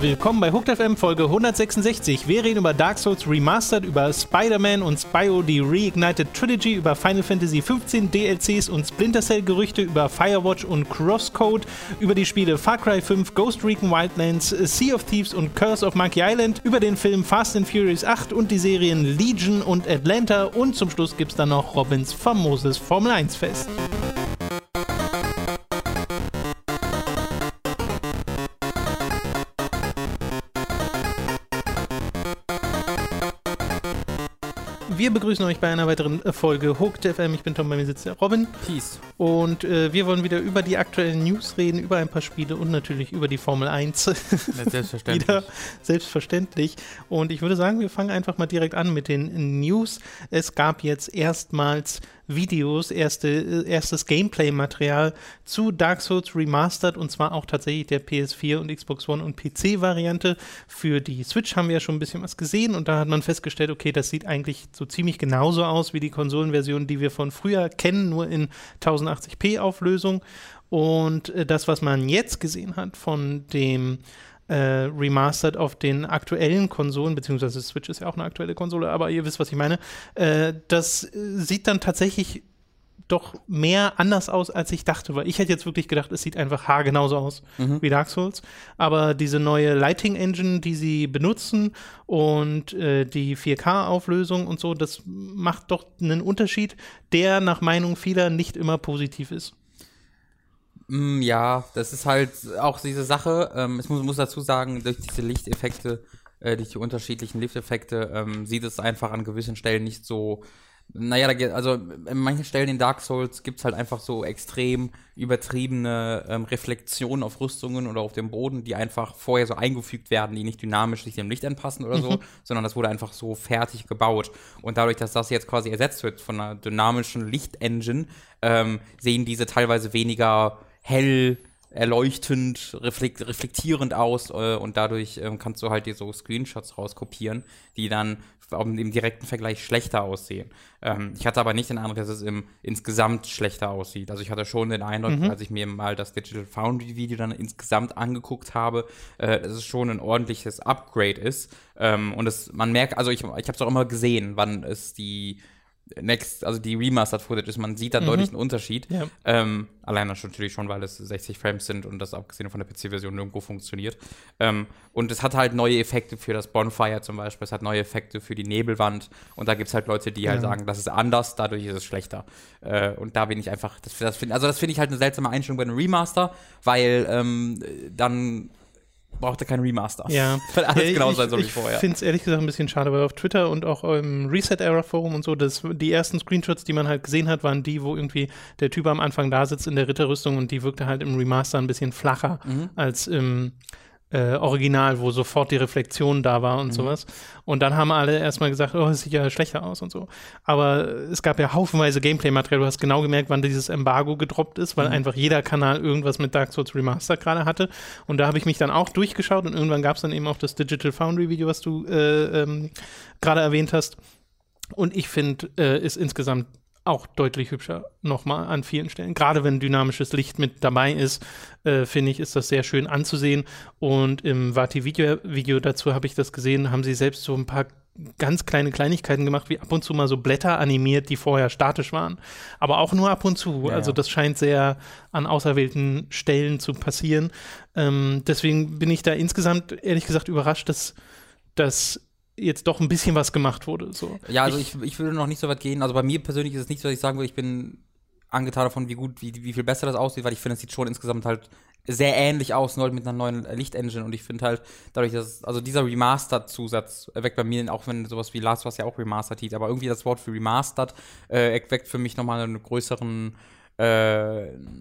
Willkommen bei Hooked FM Folge 166. Wir reden über Dark Souls Remastered, über Spider-Man und Spyro die Reignited Trilogy, über Final Fantasy 15 DLCs und Splinter Cell Gerüchte, über Firewatch und Crosscode, über die Spiele Far Cry 5, Ghost Recon Wildlands, Sea of Thieves und Curse of Monkey Island, über den Film Fast and Furious 8 und die Serien Legion und Atlanta und zum Schluss gibt's dann noch Robins famoses Formel 1 Fest. Wir begrüßen euch bei einer weiteren Folge Hooked FM. Ich bin Tom, bei mir sitzt der Robin. Peace. Und wir wollen wieder über die aktuellen News reden, über ein paar Spiele und natürlich über die Formel 1. Ja, selbstverständlich. Wieder selbstverständlich. Und ich würde sagen, wir fangen einfach mal direkt an mit den News. Es gab jetzt erstmals Videos, erstes Gameplay-Material zu Dark Souls Remastered und zwar auch tatsächlich der PS4 und Xbox One und PC-Variante. Für die Switch haben wir ja schon ein bisschen was gesehen und da hat man festgestellt, okay, das sieht eigentlich so ziemlich genauso aus wie die Konsolenversion, die wir von früher kennen, nur in 1080p Auflösung. Und das, was man jetzt gesehen hat von dem Remastered auf den aktuellen Konsolen, beziehungsweise Switch ist ja auch eine aktuelle Konsole, aber ihr wisst, was ich meine, das sieht dann tatsächlich doch mehr anders aus, als ich dachte, weil ich hätte jetzt wirklich gedacht, es sieht einfach haargenauso aus wie Dark Souls, aber diese neue Lighting Engine, die sie benutzen und die 4K-Auflösung und so, das macht doch einen Unterschied, der nach Meinung vieler nicht immer positiv ist. Ja, das ist halt auch diese Sache. Ich muss dazu sagen, durch diese Lichteffekte, durch die unterschiedlichen Lichteffekte, sieht es einfach an gewissen Stellen nicht so. Naja, also in manchen Stellen in Dark Souls gibt es halt einfach so extrem übertriebene Reflexionen auf Rüstungen oder auf dem Boden, die einfach vorher so eingefügt werden, die nicht dynamisch sich dem Licht anpassen oder so, sondern das wurde einfach so fertig gebaut. Und dadurch, dass das jetzt quasi ersetzt wird von einer dynamischen Lichtengine, sehen diese teilweise weniger hell, erleuchtend, reflektierend aus und dadurch kannst du halt dir so Screenshots rauskopieren, die dann im direkten Vergleich schlechter aussehen. Ich hatte aber nicht den Eindruck, dass es insgesamt schlechter aussieht. Also ich hatte schon den Eindruck, als ich mir mal das Digital Foundry Video dann insgesamt angeguckt habe, dass es schon ein ordentliches Upgrade ist. Und man merkt, also ich habe es auch immer gesehen, wann es die Remastered Footage ist, man sieht da deutlich einen Unterschied. Ja. Allein natürlich schon, weil es 60 Frames sind und das abgesehen von der PC-Version nirgendwo funktioniert. Und es hat halt neue Effekte für das Bonfire zum Beispiel, es hat neue Effekte für die Nebelwand und da gibt es halt Leute, die halt sagen, das ist anders, dadurch ist es schlechter. Und da bin ich einfach, das finde ich halt eine seltsame Einstellung bei einem Remaster, weil dann brauchte kein Remaster. Ja. Weil alles genau sein soll wie vorher. Ich finde es ehrlich gesagt ein bisschen schade, weil auf Twitter und auch im Reset-Era-Forum und so, die ersten Screenshots, die man halt gesehen hat, waren die, wo irgendwie der Typ am Anfang da sitzt in der Ritterrüstung und die wirkte halt im Remaster ein bisschen flacher als im Original, wo sofort die Reflexion da war und sowas. Und dann haben alle erstmal gesagt, oh, es sieht ja schlechter aus und so. Aber es gab ja haufenweise Gameplay-Material. Du hast genau gemerkt, wann dieses Embargo gedroppt ist, weil einfach jeder Kanal irgendwas mit Dark Souls Remastered gerade hatte. Und da habe ich mich dann auch durchgeschaut und irgendwann gab es dann eben auch das Digital Foundry-Video, was du gerade erwähnt hast. Und ich finde, ist insgesamt auch deutlich hübscher nochmal an vielen Stellen. Gerade wenn dynamisches Licht mit dabei ist, finde ich, ist das sehr schön anzusehen. Und im Vati-Video dazu habe ich das gesehen, haben sie selbst so ein paar ganz kleine Kleinigkeiten gemacht, wie ab und zu mal so Blätter animiert, die vorher statisch waren. Aber auch nur ab und zu. Ja, also das scheint sehr an auserwählten Stellen zu passieren. Deswegen bin ich da insgesamt, ehrlich gesagt, überrascht, dass jetzt doch ein bisschen was gemacht wurde. So. Ja, also ich würde noch nicht so weit gehen. Also bei mir persönlich ist es nicht so, dass ich sagen würde, ich bin angetan davon, wie viel besser das aussieht, weil ich finde, es sieht schon insgesamt halt sehr ähnlich aus, nur mit einer neuen Lichtengine. Und ich finde halt, dadurch, dass, also dieser Remastered-Zusatz weckt bei mir, auch wenn sowas wie Last was ja auch Remastered hieß, aber irgendwie das Wort für Remastered weckt für mich nochmal eine größere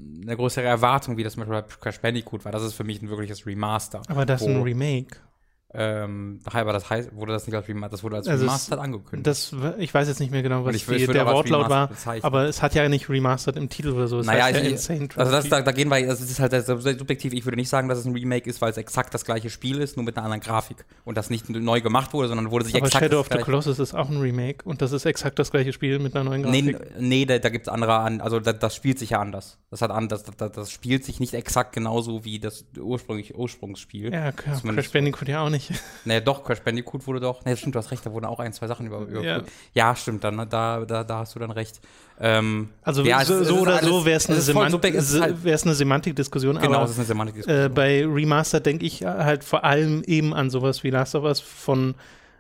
Erwartung, wie das mit Crash Bandicoot war. Das ist für mich ein wirkliches Remaster. Aber das ist ein Remake. Aber das heißt, wurde das nicht als Remastered angekündigt? Ich weiß jetzt nicht mehr genau, was der Wortlaut war, aber es hat ja nicht Remastered im Titel oder so. Es heißt ja Insane Trilogy. Da gehen wir, das ist halt subjektiv, ich würde nicht sagen, dass es ein Remake ist, weil es exakt das gleiche Spiel ist, nur mit einer anderen Grafik und das nicht neu gemacht wurde, sondern wurde sich aber exakt Shadow of the Colossus ist auch ein Remake und das ist exakt das gleiche Spiel mit einer neuen Grafik. Nee, da gibt es andere, also das spielt sich ja anders. Das spielt sich nicht exakt genauso wie das Ursprungsspiel. Ja, Crash Bandicoot ja auch nicht. Nee, doch, Crash Bandicoot wurde doch. Nee, stimmt, du hast recht, da wurden auch 1, 2 Sachen ja, stimmt, dann, da hast du dann recht. Also so oder so wäre es eine Semantikdiskussion. Genau, aber, es ist eine Semantikdiskussion. Bei Remaster denke ich halt vor allem eben an sowas wie Last of Us von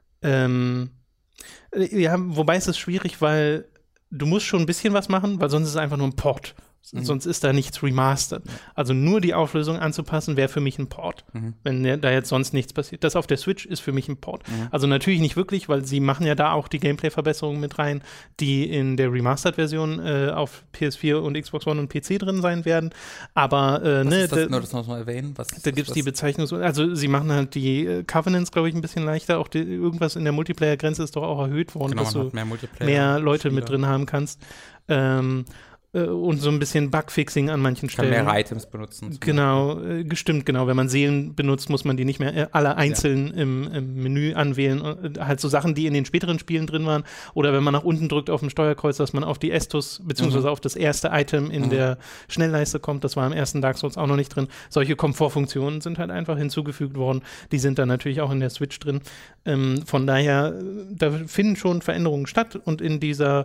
wobei es ist schwierig, weil du musst schon ein bisschen was machen, weil sonst ist es einfach nur ein Port. Sonst ist da nichts remastered. Also nur die Auflösung anzupassen, wäre für mich ein Port, wenn da jetzt sonst nichts passiert. Das auf der Switch ist für mich ein Port. Also natürlich nicht wirklich, weil sie machen ja da auch die Gameplay-Verbesserungen mit rein, die in der Remastered-Version auf PS4 und Xbox One und PC drin sein werden. Aber das muss man erwähnen. Da gibt es die Bezeichnung, also sie machen halt die Covenants, glaube ich, ein bisschen leichter. Auch irgendwas in der Multiplayer-Grenze ist doch auch erhöht worden, genau, dass du mehr Leute mit drin haben kannst. Und so ein bisschen Bugfixing an manchen Stellen. Kann mehr Items benutzen. Genau, gestimmt, genau. Wenn man Seelen benutzt, muss man die nicht mehr alle einzeln im Menü anwählen. Halt so Sachen, die in den späteren Spielen drin waren. Oder wenn man nach unten drückt auf dem Steuerkreuz, dass man auf die Estus, beziehungsweise auf das erste Item in der Schnellleiste kommt. Das war im ersten Dark Souls auch noch nicht drin. Solche Komfortfunktionen sind halt einfach hinzugefügt worden. Die sind dann natürlich auch in der Switch drin. Von daher, da finden schon Veränderungen statt. Und in dieser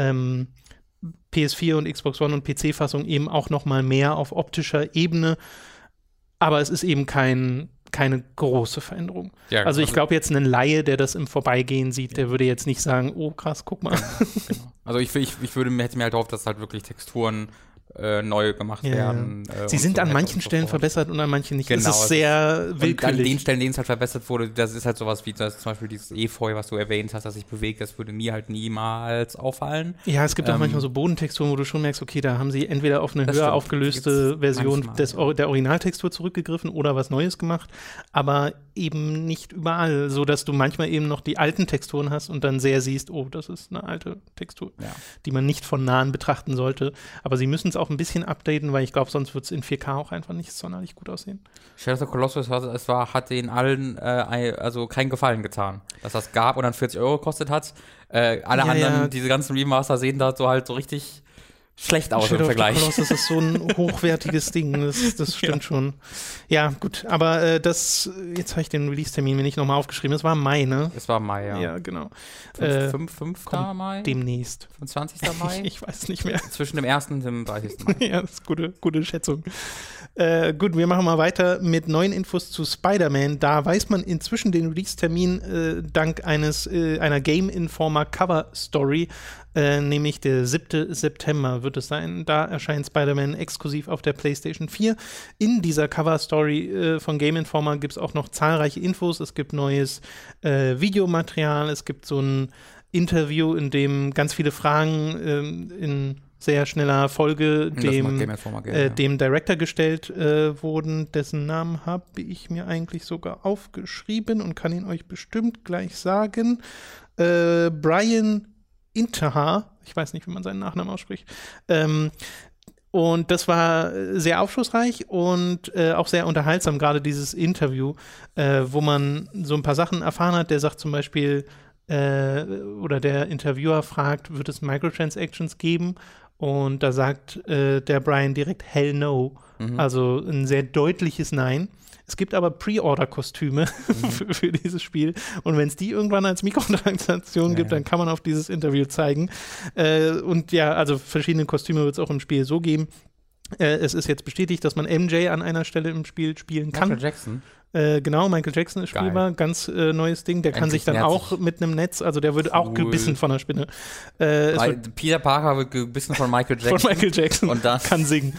PS4 und Xbox One und PC-Fassung eben auch noch mal mehr auf optischer Ebene. Aber es ist eben keine große Veränderung. Ja, also ich glaube jetzt, ein Laie, der das im Vorbeigehen sieht, der würde jetzt nicht sagen, oh krass, guck mal. Genau. Also ich hätte mir halt gehofft, dass halt wirklich Texturen neu gemacht werden. Sie sind an manchen Stellen verbessert und an manchen nicht. Genau, das ist sehr willkürlich. An den Stellen, denen es halt verbessert wurde, das ist halt sowas wie zum Beispiel dieses Efeu, was du erwähnt hast, das sich bewegt, das würde mir halt niemals auffallen. Ja, es gibt auch manchmal so Bodentexturen, wo du schon merkst, okay, da haben sie entweder auf eine höher aufgelöste Version der Originaltextur zurückgegriffen oder was Neues gemacht, aber eben nicht überall, so dass du manchmal eben noch die alten Texturen hast und dann sehr siehst, oh, das ist eine alte Textur, die man nicht von nahen betrachten sollte. Aber sie müssen es auch ein bisschen updaten, weil ich glaube, sonst wird es in 4K auch einfach nicht sonderlich gut aussehen. Shadow of the Colossus hat den allen also keinen Gefallen getan, dass das gab und dann 40 € gekostet hat. Alle anderen, diese ganzen Remaster sehen da so halt so richtig schlecht aus im Vergleich. Das ist so ein hochwertiges Ding, das stimmt schon. Ja, gut, aber jetzt habe ich den Release-Termin mir nicht nochmal aufgeschrieben, es war Mai, ne? Es war Mai, ja. Ja, genau. 5. Mai? Demnächst. 25. Mai? Ich weiß nicht mehr. Zwischen dem 1. und dem 30. Mai. Ja, das ist gute Schätzung. Gut, wir machen mal weiter mit neuen Infos zu Spider-Man. Da weiß man inzwischen den Release-Termin dank einer Game Informer Cover-Story, nämlich der 7. September wird es sein. Da erscheint Spider-Man exklusiv auf der PlayStation 4. In dieser Cover-Story von Game Informer gibt es auch noch zahlreiche Infos. Es gibt neues Videomaterial, es gibt so ein Interview, in dem ganz viele Fragen in sehr schneller Folge dem Director gestellt wurden. Dessen Namen habe ich mir eigentlich sogar aufgeschrieben und kann ihn euch bestimmt gleich sagen. Brian Intihar, ich weiß nicht, wie man seinen Nachnamen ausspricht. Und das war sehr aufschlussreich und auch sehr unterhaltsam, gerade dieses Interview, wo man so ein paar Sachen erfahren hat. Der sagt zum Beispiel, oder der Interviewer fragt, wird es Microtransactions geben? Und da sagt der Brian direkt hell no. Also ein sehr deutliches Nein. Es gibt aber Pre-Order-Kostüme für dieses Spiel. Und wenn es die irgendwann als Mikrotransaktion gibt, dann kann man auf dieses Interview zeigen. Und ja, also verschiedene Kostüme wird es auch im Spiel so geben. Es ist jetzt bestätigt, dass man MJ an einer Stelle im Spiel spielen kann. Michael Jackson? Genau, Michael Jackson ist spielbar, ganz neues Ding. Der kann sich dann auch mit einem Netz, also der wird auch gebissen von der Spinne. Peter Parker wird gebissen von Michael Jackson. Von Michael Jackson und das kann singen.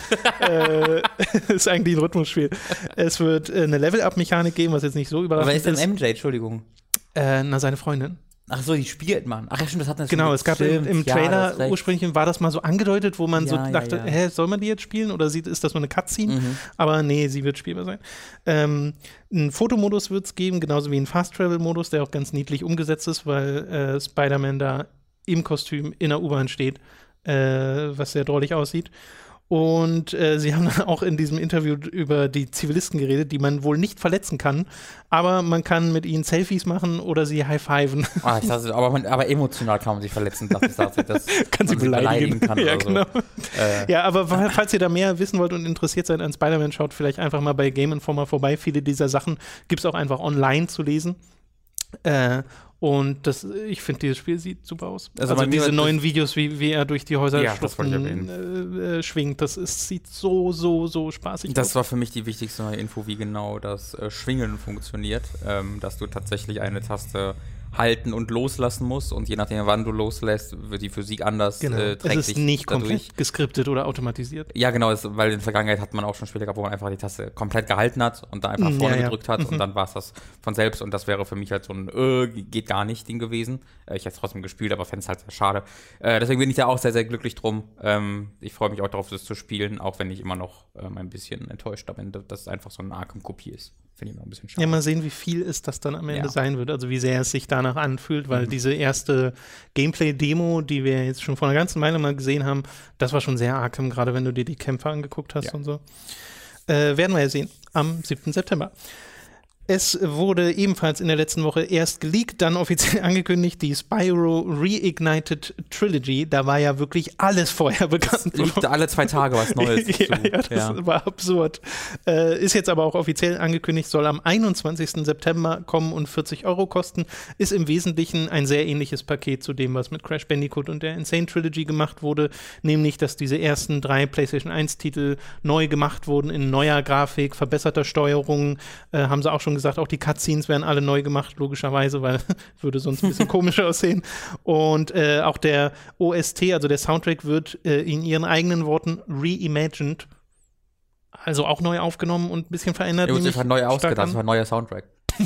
Ist eigentlich ein Rhythmusspiel. Es wird eine Level-Up-Mechanik geben, was jetzt nicht so überraschend ist. Aber wer ist denn MJ, Entschuldigung? Seine Freundin. Ach so, die spielt man. Ach ja, stimmt, das hat natürlich. Genau, es gab im Trailer ursprünglich, war das mal so angedeutet, wo man so dachte, soll man die jetzt spielen oder ist das nur eine Cutscene? Aber nee, sie wird spielbar sein. Einen Fotomodus wird es geben, genauso wie einen Fast-Travel-Modus, der auch ganz niedlich umgesetzt ist, weil Spider-Man da im Kostüm in der U-Bahn steht, was sehr drollig aussieht. Und sie haben dann auch in diesem Interview über die Zivilisten geredet, die man wohl nicht verletzen kann, aber man kann mit ihnen Selfies machen oder sie high-fiven. Aber emotional kann man sie verletzen, dass das kann sie beleidigen kann. Ja, oder genau. Ja, aber falls ihr da mehr wissen wollt und interessiert seid an Spider-Man, schaut vielleicht einfach mal bei Game Informer vorbei. Viele dieser Sachen gibt es auch einfach online zu lesen. Und ich finde, dieses Spiel sieht super aus. Also diese neuen Videos, wie er durch die Häuser schwingt, sieht so spaßig aus. Das war für mich die wichtigste neue Info, wie genau das Schwingen funktioniert. Dass du tatsächlich eine Taste halten und loslassen musst und je nachdem, wann du loslässt, wird die Physik anders. Genau. Es ist nicht komplett geskriptet oder automatisiert. Ja, genau, weil in der Vergangenheit hat man auch schon Spiele gehabt, wo man einfach die Taste komplett gehalten hat und da einfach vorne gedrückt hat und dann war es das von selbst und das wäre für mich halt so ein geht gar nicht Ding gewesen. Ich hätte es trotzdem gespielt, aber fände es halt sehr schade. Deswegen bin ich da auch sehr, sehr glücklich drum. Ich freue mich auch darauf, das zu spielen, auch wenn ich immer noch ein bisschen enttäuscht bin, dass es einfach so eine Arkham-Kopie ist. Finde ich noch ein bisschen schade. Ja, mal sehen, wie viel es das dann am Ende sein wird, also wie sehr es sich danach anfühlt, weil diese erste Gameplay-Demo, die wir jetzt schon vor einer ganzen Weile mal gesehen haben, das war schon sehr Arkham, gerade wenn du dir die Kämpfe angeguckt hast und so. Werden wir ja sehen, am 7. September. Es wurde ebenfalls in der letzten Woche erst geleakt, dann offiziell angekündigt, die Spyro Reignited Trilogy. Da war ja wirklich alles vorher bekannt. Liegt alle 2 Tage was Neues. Das war absurd. Ist jetzt aber auch offiziell angekündigt, soll am 21. September kommen und 40 € kosten. Ist im Wesentlichen ein sehr ähnliches Paket zu dem, was mit Crash Bandicoot und der Insane Trilogy gemacht wurde. Nämlich, dass diese ersten 3 PlayStation 1-Titel neu gemacht wurden in neuer Grafik, verbesserter Steuerung. Haben sie auch schon gesagt, auch die Cutscenes werden alle neu gemacht, logischerweise, weil würde sonst ein bisschen komisch aussehen. Und auch der OST, also der Soundtrack, wird in ihren eigenen Worten reimagined, also auch neu aufgenommen und ein bisschen verändert. Ja, das war neu ausgedacht, das war ein neuer Soundtrack.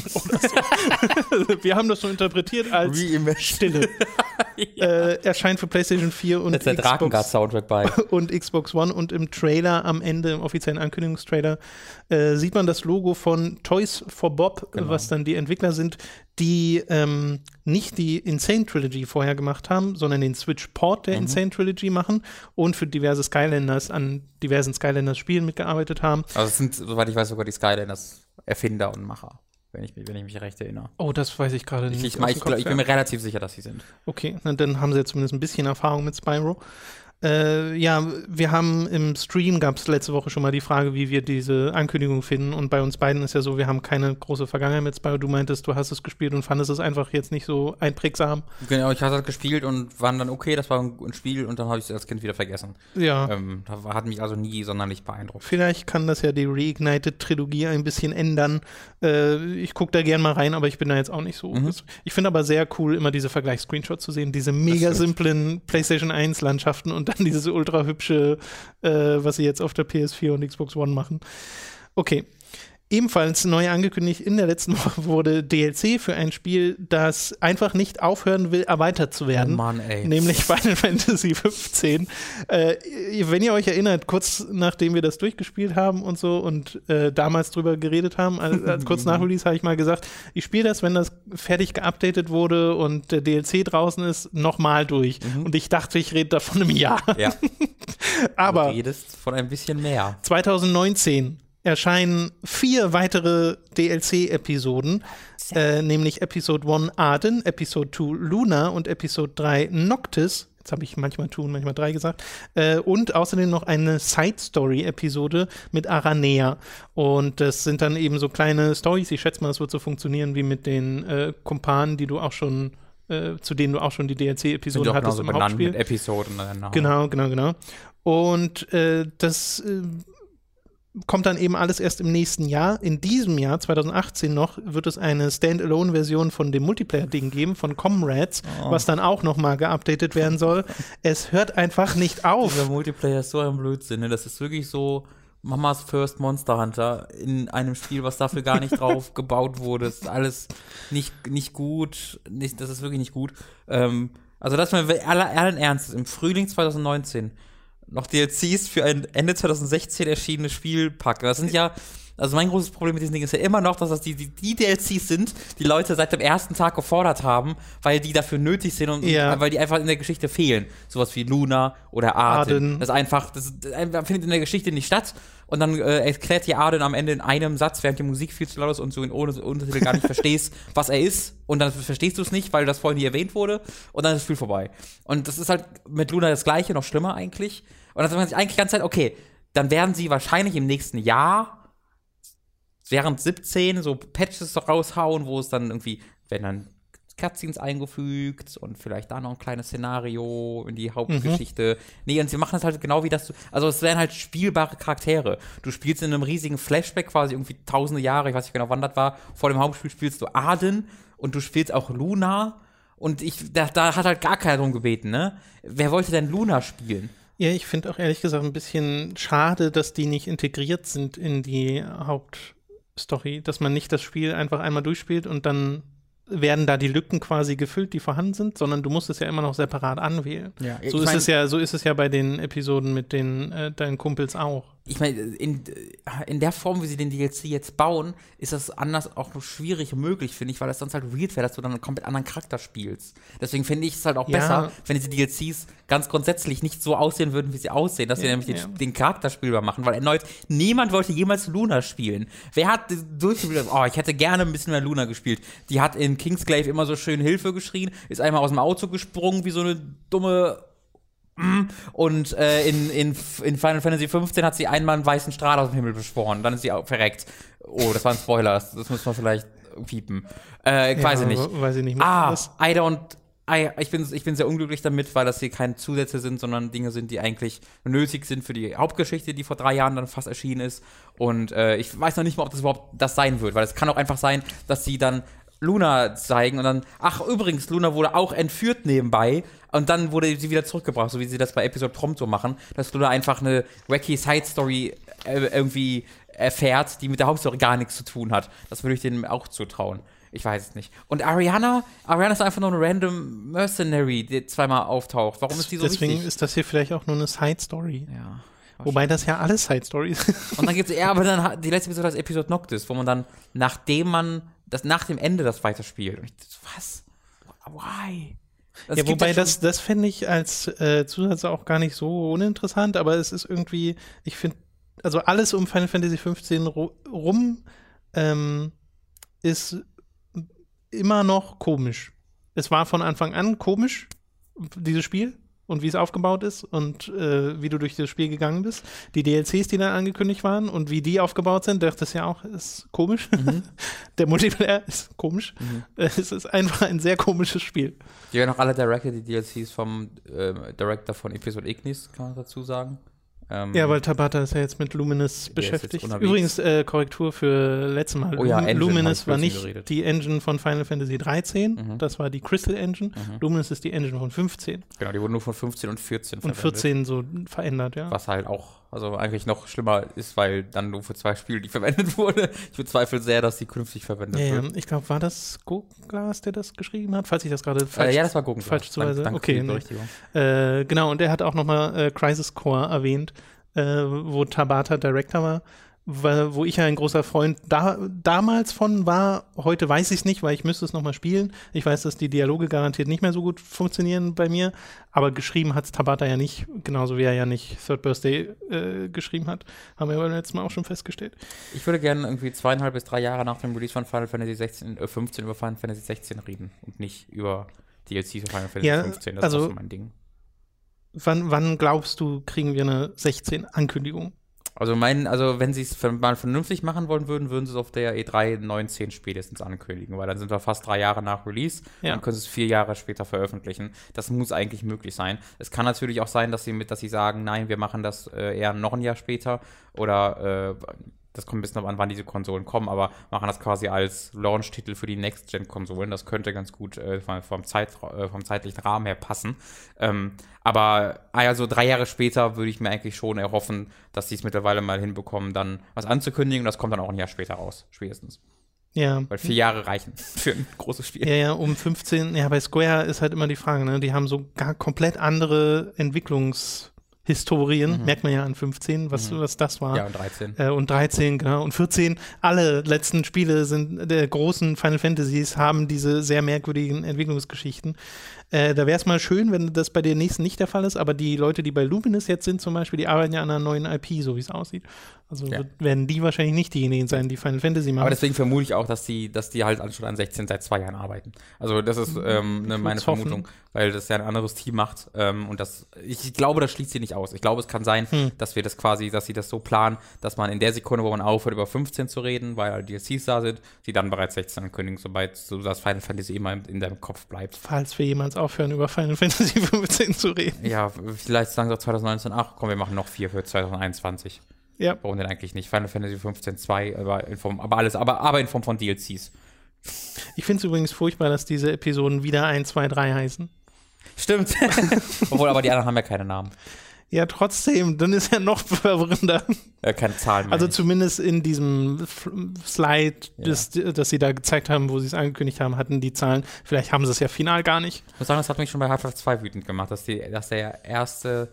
Wir haben das so interpretiert als Stille. Erscheint für PlayStation 4 und Xbox Drakengard-Soundtrack bei. Und Xbox One und im Trailer am Ende, im offiziellen Ankündigungstrailer, sieht man das Logo von Toys for Bob, was dann die Entwickler sind, die nicht die Insane Trilogy vorher gemacht haben, sondern den Switch-Port der Insane Trilogy machen und für diverse Skylanders an diversen Skylanders-Spielen mitgearbeitet haben. Also es sind, soweit ich weiß, sogar die Skylanders Erfinder und Macher. Wenn ich mich recht erinnere. Oh, das weiß ich gerade nicht. Ich bin mir relativ sicher, dass sie sind. Okay, dann haben sie jetzt zumindest ein bisschen Erfahrung mit Spyro. Wir haben im Stream, gab es letzte Woche schon mal die Frage, wie wir diese Ankündigung finden und bei uns beiden ist ja so, wir haben keine große Vergangenheit mit Spyro. Du meintest, du hast es gespielt und fandest es einfach jetzt nicht so einprägsam. Genau, ich hatte es gespielt und war dann okay, das war ein Spiel und dann habe ich es als Kind wieder vergessen. Ja. Hat mich also nie sonderlich beeindruckt. Vielleicht kann das ja die Reignited-Trilogie ein bisschen ändern. Ich gucke da gern mal rein, aber ich bin da jetzt auch nicht so. Ich finde aber sehr cool, immer diese Vergleichs-Screenshots zu sehen, diese mega simplen PlayStation 1-Landschaften und dann dieses ultra hübsche, was sie jetzt auf der PS4 und Xbox One machen. Okay. Ebenfalls neu angekündigt, in der letzten Woche wurde DLC für ein Spiel, das einfach nicht aufhören will, erweitert zu werden. Oh Mann, ey. Nämlich Final Fantasy 15. Wenn ihr euch erinnert, kurz nachdem wir das durchgespielt haben und so und damals drüber geredet haben, kurz nach Release habe ich mal gesagt, ich spiele das, wenn das fertig geupdatet wurde und der DLC draußen ist, nochmal durch. Und ich dachte, ich rede da von einem Jahr. Ja. Aber du redest von ein bisschen mehr. 2019 erscheinen 4 weitere DLC-Episoden, nämlich Episode 1 Arden, Episode 2 Luna und Episode 3 Noctis. Jetzt habe ich manchmal 2 und manchmal 3 gesagt. Und außerdem noch eine Side-Story-Episode mit Aranea. Und das sind dann eben so kleine Storys. Ich schätze mal, es wird so funktionieren wie mit den Kumpanen, die du auch schon zu denen du auch schon die DLC-Episoden hattest im Hauptspiel. Mit Episoden. Genau. Und das kommt dann eben alles erst im nächsten Jahr. In diesem Jahr, 2018 noch, wird es eine Standalone-Version von dem Multiplayer-Ding geben, von Comrades, was dann auch nochmal geupdatet werden soll. Es hört einfach nicht auf. Dieser Multiplayer ist so ein Blödsinn, ne? Das ist wirklich so, Mamas First Monster Hunter in einem Spiel, was dafür gar nicht drauf gebaut wurde. Das ist alles nicht gut. Das ist wirklich nicht gut. Also, dass man allen Ernstes im Frühling 2019 noch DLCs für ein Ende 2016 erschienenes Spiel packen. Das sind ja, also mein großes Problem mit diesen Dingen ist ja immer noch, dass das die DLCs sind, die Leute seit dem ersten Tag gefordert haben, weil die dafür nötig sind und weil die einfach in der Geschichte fehlen. Sowas wie Luna oder Arden. Das findet in der Geschichte nicht statt. Und dann erklärt dir Arden am Ende in einem Satz, während die Musik viel zu laut ist und du ohne Untertitel gar nicht verstehst, was er ist. Und dann verstehst du es nicht, weil das vorhin nie erwähnt wurde. Und dann ist das Spiel vorbei. Und das ist halt mit Luna das Gleiche, noch schlimmer eigentlich. Und dann sagt man sich eigentlich die ganze Zeit, okay, dann werden sie wahrscheinlich im nächsten Jahr, während 17, so Patches raushauen, wo es dann irgendwie, wenn dann Cutscenes eingefügt und vielleicht da noch ein kleines Szenario in die Hauptgeschichte. Nee, und sie machen das halt genau wie das, also es wären halt spielbare Charaktere. Du spielst in einem riesigen Flashback quasi irgendwie tausende Jahre, ich weiß nicht genau wann das war, vor dem Hauptspiel spielst du Arden und du spielst auch Luna und da hat halt gar keiner drum gebeten, ne? Wer wollte denn Luna spielen? Ja, ich finde auch ehrlich gesagt ein bisschen schade, dass die nicht integriert sind in die Hauptstory, dass man nicht das Spiel einfach einmal durchspielt und dann werden da die Lücken quasi gefüllt, die vorhanden sind, sondern du musst es ja immer noch separat anwählen. Ja, so ist es ja bei den Episoden mit deinen Kumpels auch. Ich meine, in der Form, wie sie den DLC jetzt bauen, ist das anders auch schwierig möglich, finde ich, weil das sonst halt weird wäre, dass du dann einen komplett anderen Charakter spielst. Deswegen finde ich es halt auch besser, wenn diese DLCs ganz grundsätzlich nicht so aussehen würden, wie sie aussehen, dass sie nämlich den Charakter spielbar machen, weil erneut, niemand wollte jemals Luna spielen. Wer hat durchgespielt, ich hätte gerne ein bisschen mehr Luna gespielt. Die hat in Kingsglaive immer so schön Hilfe geschrien, ist einmal aus dem Auto gesprungen, wie so eine dumme und in Final Fantasy 15 hat sie einmal einen weißen Strahl aus dem Himmel beschworen. Dann ist sie auch verreckt. Oh, das war ein Spoiler. Das muss man vielleicht piepen. Weiß ich nicht. Weiß ich nicht. Ich bin sehr unglücklich damit, weil das hier keine Zusätze sind, sondern Dinge sind, die eigentlich nötig sind für die Hauptgeschichte, die vor 3 Jahren dann fast erschienen ist. Und ich weiß noch nicht mal, ob das überhaupt das sein wird, weil es kann auch einfach sein, dass sie dann Luna zeigen und dann, übrigens, Luna wurde auch entführt nebenbei und dann wurde sie wieder zurückgebracht, so wie sie das bei Episode Prompto machen, dass Luna einfach eine wacky Side-Story irgendwie erfährt, die mit der Hauptstory gar nichts zu tun hat. Das würde ich denen auch zutrauen. Ich weiß es nicht. Und Ariana ist einfach nur eine random Mercenary, die zweimal auftaucht. Warum ist die so Deswegen wichtig? Ist das hier vielleicht auch nur eine Side-Story. Ja. Wobei das ja alles Side-Stories sind. Und dann gibt es aber dann die letzte Episode als Episode Noctis, wo man dann, nach dem Ende das weiterspielt. Und ich so, was? Why? Ja, wobei das fände ich als Zusatz auch gar nicht so uninteressant, aber es ist irgendwie, ich finde, also alles um Final Fantasy 15 rum ist immer noch komisch. Es war von Anfang an komisch, dieses Spiel. Und wie es aufgebaut ist und wie du durch das Spiel gegangen bist. Die DLCs, die dann angekündigt waren und wie die aufgebaut sind, dachte ich ja auch, ist komisch. Der Multiplayer ist komisch. Es ist einfach ein sehr komisches Spiel. Die werden auch alle die DLCs vom Director von Episode Ignis, kann man dazu sagen. Ja, weil Tabata ist ja jetzt mit Luminous beschäftigt. Übrigens, Korrektur für letztes Mal. Luminous war nicht die Engine von Final Fantasy 13, das war die Crystal Engine. Luminous ist die Engine von 15. Genau, die wurde nur von 15 und 14 verwendet. Und 14 so verändert, ja. Was halt auch, also eigentlich noch schlimmer ist, weil dann nur für 2 Spiele die verwendet wurde. Ich bezweifle sehr, dass die künftig verwendet wird. Ich glaube, war das Goglas, der das geschrieben hat? Falls ich das gerade falsch... ja, das war Goglas. Falsch zuweise. Danke okay, für die Berichtigung. Genau, und der hat auch nochmal Crisis Core erwähnt, wo Tabata Director war, wo ich ja ein großer Freund damals von war. Heute weiß ich es nicht, weil ich müsste es nochmal spielen. Ich weiß, dass die Dialoge garantiert nicht mehr so gut funktionieren bei mir, aber geschrieben hat es Tabata ja nicht, genauso wie er ja nicht Third Birthday geschrieben hat. Haben wir beim letzten Mal auch schon festgestellt. Ich würde gerne irgendwie 2,5 bis 3 Jahre nach dem Release von Final Fantasy 15 über Final Fantasy 16 reden und nicht über DLCs von Final Fantasy 15. Das ist auch so mein Ding. Wann glaubst du, kriegen wir eine 16-Ankündigung? Also wenn sie es mal vernünftig machen wollen würden, würden sie es auf der E3 19 spätestens ankündigen, weil dann sind wir fast 3 Jahre nach Release und dann können sie es 4 Jahre später veröffentlichen. Das muss eigentlich möglich sein. Es kann natürlich auch sein, dass sie sagen, nein, wir machen das eher noch ein Jahr später oder das kommt ein bisschen an, wann diese Konsolen kommen, aber machen das quasi als Launch-Titel für die Next-Gen-Konsolen. Das könnte ganz gut vom zeitlichen Rahmen her passen. Aber also 3 Jahre später würde ich mir eigentlich schon erhoffen, dass die es mittlerweile mal hinbekommen, dann was anzukündigen. Und das kommt dann auch ein Jahr später raus, spätestens. Ja. Weil 4 Jahre reichen für ein großes Spiel. Ja, um 15, ja, bei Square ist halt immer die Frage, ne? Die haben so gar komplett andere Entwicklungshistorien, merkt man ja an 15, was das war. Ja, und 13. Und 13, genau. Und 14, alle letzten Spiele der großen Final Fantasies haben diese sehr merkwürdigen Entwicklungsgeschichten. Da wäre es mal schön, wenn das bei den nächsten nicht der Fall ist, aber die Leute, die bei Luminous jetzt sind zum Beispiel, die arbeiten ja an einer neuen IP, so wie es aussieht. Also werden die wahrscheinlich nicht diejenigen sein, die Final Fantasy machen. Aber deswegen vermute ich auch, dass die halt anstatt an 16 seit 2 Jahren arbeiten. Also das ist meine Vermutung, weil das ja ein anderes Team macht. Und ich glaube, das schließt sie nicht aus. Ich glaube, es kann sein, dass sie das so planen, dass man in der Sekunde, wo man aufhört, über 15 zu reden, weil halt DLCs da sind, sie dann bereits 16 ankündigen, sobald so das Final Fantasy immer in deinem Kopf bleibt. Falls wir jemals aufhören, über Final Fantasy 15 zu reden. Ja, vielleicht sagen sie auch 2019, ach komm, wir machen noch 4 für 2021. Ja. Warum denn eigentlich nicht? Final Fantasy 15 2, aber in Form von DLCs. Ich finde es übrigens furchtbar, dass diese Episoden wieder 1, 2, 3 heißen. Stimmt. Obwohl, aber die anderen haben ja keine Namen. Ja, trotzdem, dann ist ja noch verwirrender. Keine Zahlen mehr. Also zumindest in diesem Slide, das sie da gezeigt haben, wo sie es angekündigt haben, hatten die Zahlen. Vielleicht haben sie es ja final gar nicht. Ich muss sagen, das hat mich schon bei Half-Life 2 wütend gemacht, dass der erste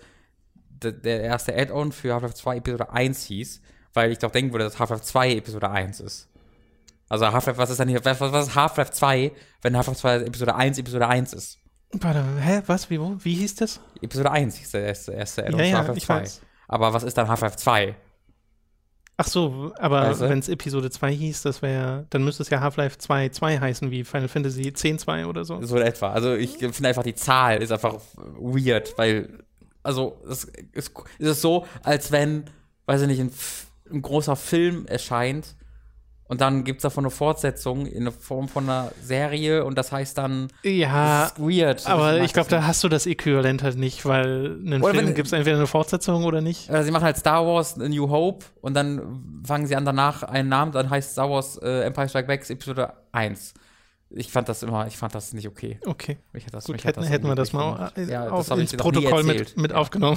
Add-on für Half-Life 2 Episode 1 hieß, weil ich doch denken würde, dass Half-Life 2 Episode 1 ist. Also Half-Life, was ist Half-Life 2, wenn Half-Life 2 Episode 1 ist? Warte, was, wie hieß das? Episode 1 hieß der erste Add-on für ja, Half-Life 2. Weiß. Aber was ist dann Half-Life 2? Ach so, aber wenn es Episode 2 hieß, dann müsste es ja Half-Life 2 heißen, wie Final Fantasy 10.2 oder so. So in etwa. Also ich finde einfach, die Zahl ist einfach weird, weil, also es ist so, als wenn, weiß ich nicht, ein großer Film erscheint und dann gibt es davon eine Fortsetzung in der Form von einer Serie und das heißt dann, ja, das ist weird. Aber ich glaube, da hast du das Äquivalent halt nicht, weil einen Film gibt es entweder eine Fortsetzung oder nicht. Sie machen halt Star Wars A New Hope und dann fangen sie an danach einen Namen, dann heißt Star Wars Empire Strikes Back Episode 1. Ich fand das nicht okay. Okay. Gut, hätten wir das mal ins Protokoll mit aufgenommen.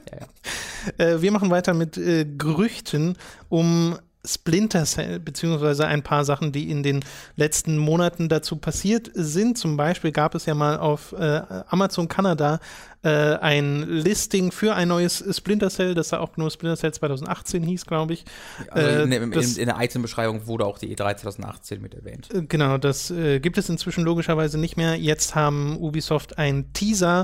Ja. Wir machen weiter mit Gerüchten um Splinter Cell, beziehungsweise ein paar Sachen, die in den letzten Monaten dazu passiert sind. Zum Beispiel gab es ja mal auf Amazon Kanada ein Listing für ein neues Splinter Cell, das da auch nur Splinter Cell 2018 hieß, glaube ich. Also in der Item-Beschreibung wurde auch die E3 2018 mit erwähnt. Genau, das gibt es inzwischen logischerweise nicht mehr. Jetzt haben Ubisoft einen Teaser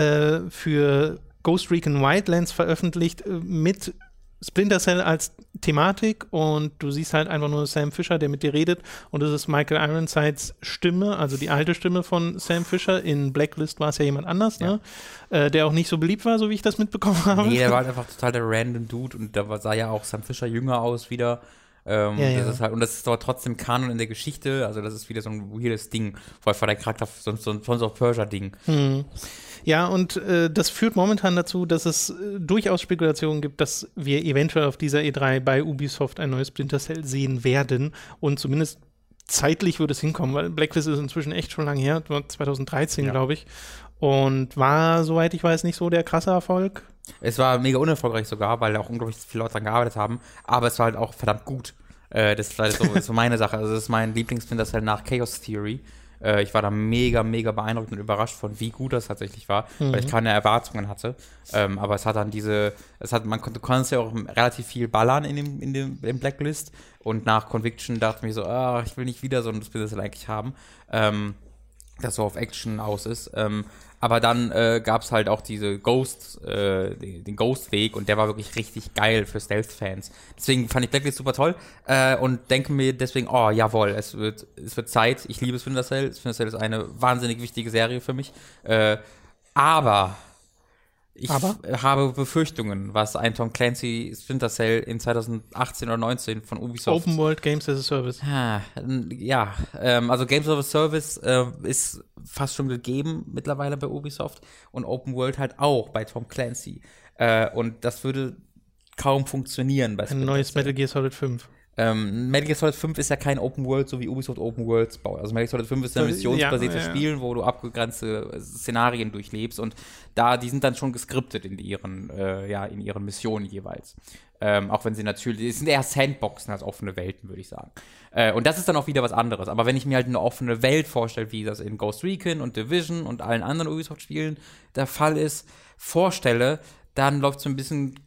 für Ghost Recon Wildlands veröffentlicht mit Splinter Cell als Thematik und du siehst halt einfach nur Sam Fisher, der mit dir redet und das ist Michael Ironsides Stimme, also die alte Stimme von Sam Fisher. In Blacklist war es ja jemand anders, ne? Der auch nicht so beliebt war, so wie ich das mitbekommen habe. Nee, der war halt einfach total der random Dude und da sah ja auch Sam Fisher jünger aus wieder. Das ist halt, und das ist aber trotzdem Kanon in der Geschichte, also das ist wieder so ein weirdes Ding, vor allem der Charakter, so ein Prince of Persia-Ding. Ja, und das führt momentan dazu, dass es durchaus Spekulationen gibt, dass wir eventuell auf dieser E3 bei Ubisoft ein neues Splinter Cell sehen werden und zumindest zeitlich würde es hinkommen, weil Blacklist ist inzwischen echt schon lange her, 2013, glaube ich, und war, soweit ich weiß, nicht so der krasse Erfolg. Es war mega unerfolgreich sogar, weil auch unglaublich viele Leute daran gearbeitet haben, aber es war halt auch verdammt gut. Das war so meine Sache, also das ist mein Lieblings-Splinter Cell nach Chaos Theory. Ich war da mega, mega beeindruckt und überrascht von, wie gut das tatsächlich war, weil ich keine Erwartungen hatte. Aber es hat dann du konntest ja auch relativ viel ballern in Blacklist und nach Conviction dachte ich mir so, ich will nicht wieder so ein Splinter Cell eigentlich haben, das so auf Action aus ist. Aber dann gab es halt auch diese den Ghost-Weg und der war wirklich richtig geil für Stealth-Fans. Deswegen fand ich Blacklist super toll und denke mir deswegen, jawohl, es wird Zeit. Ich liebe Splinter Cell. Splinter Cell ist eine wahnsinnig wichtige Serie für mich. Aber ich habe Befürchtungen, was ein Tom Clancy Splinter Cell in 2018 oder 2019 von Ubisoft. Open World Games as a Service. Also Games as a Service ist fast schon gegeben mittlerweile bei Ubisoft und Open World halt auch bei Tom Clancy. Und das würde kaum funktionieren. Ein neues Metal Gear Solid 5. Metal Gear Solid 5 ist ja kein Open World, so wie Ubisoft Open Worlds baut. Also Metal Gear Solid 5 ist ja ein missionsbasiertes Spiel, wo du abgegrenzte Szenarien durchlebst und die sind dann schon geskriptet in ihren Missionen jeweils. Auch wenn sie natürlich, es sind eher Sandboxen als offene Welten, würde ich sagen. Und das ist dann auch wieder was anderes. Aber wenn ich mir halt eine offene Welt vorstelle, wie das in Ghost Recon und Division und allen anderen Ubisoft-Spielen der Fall ist, dann läuft so ein bisschen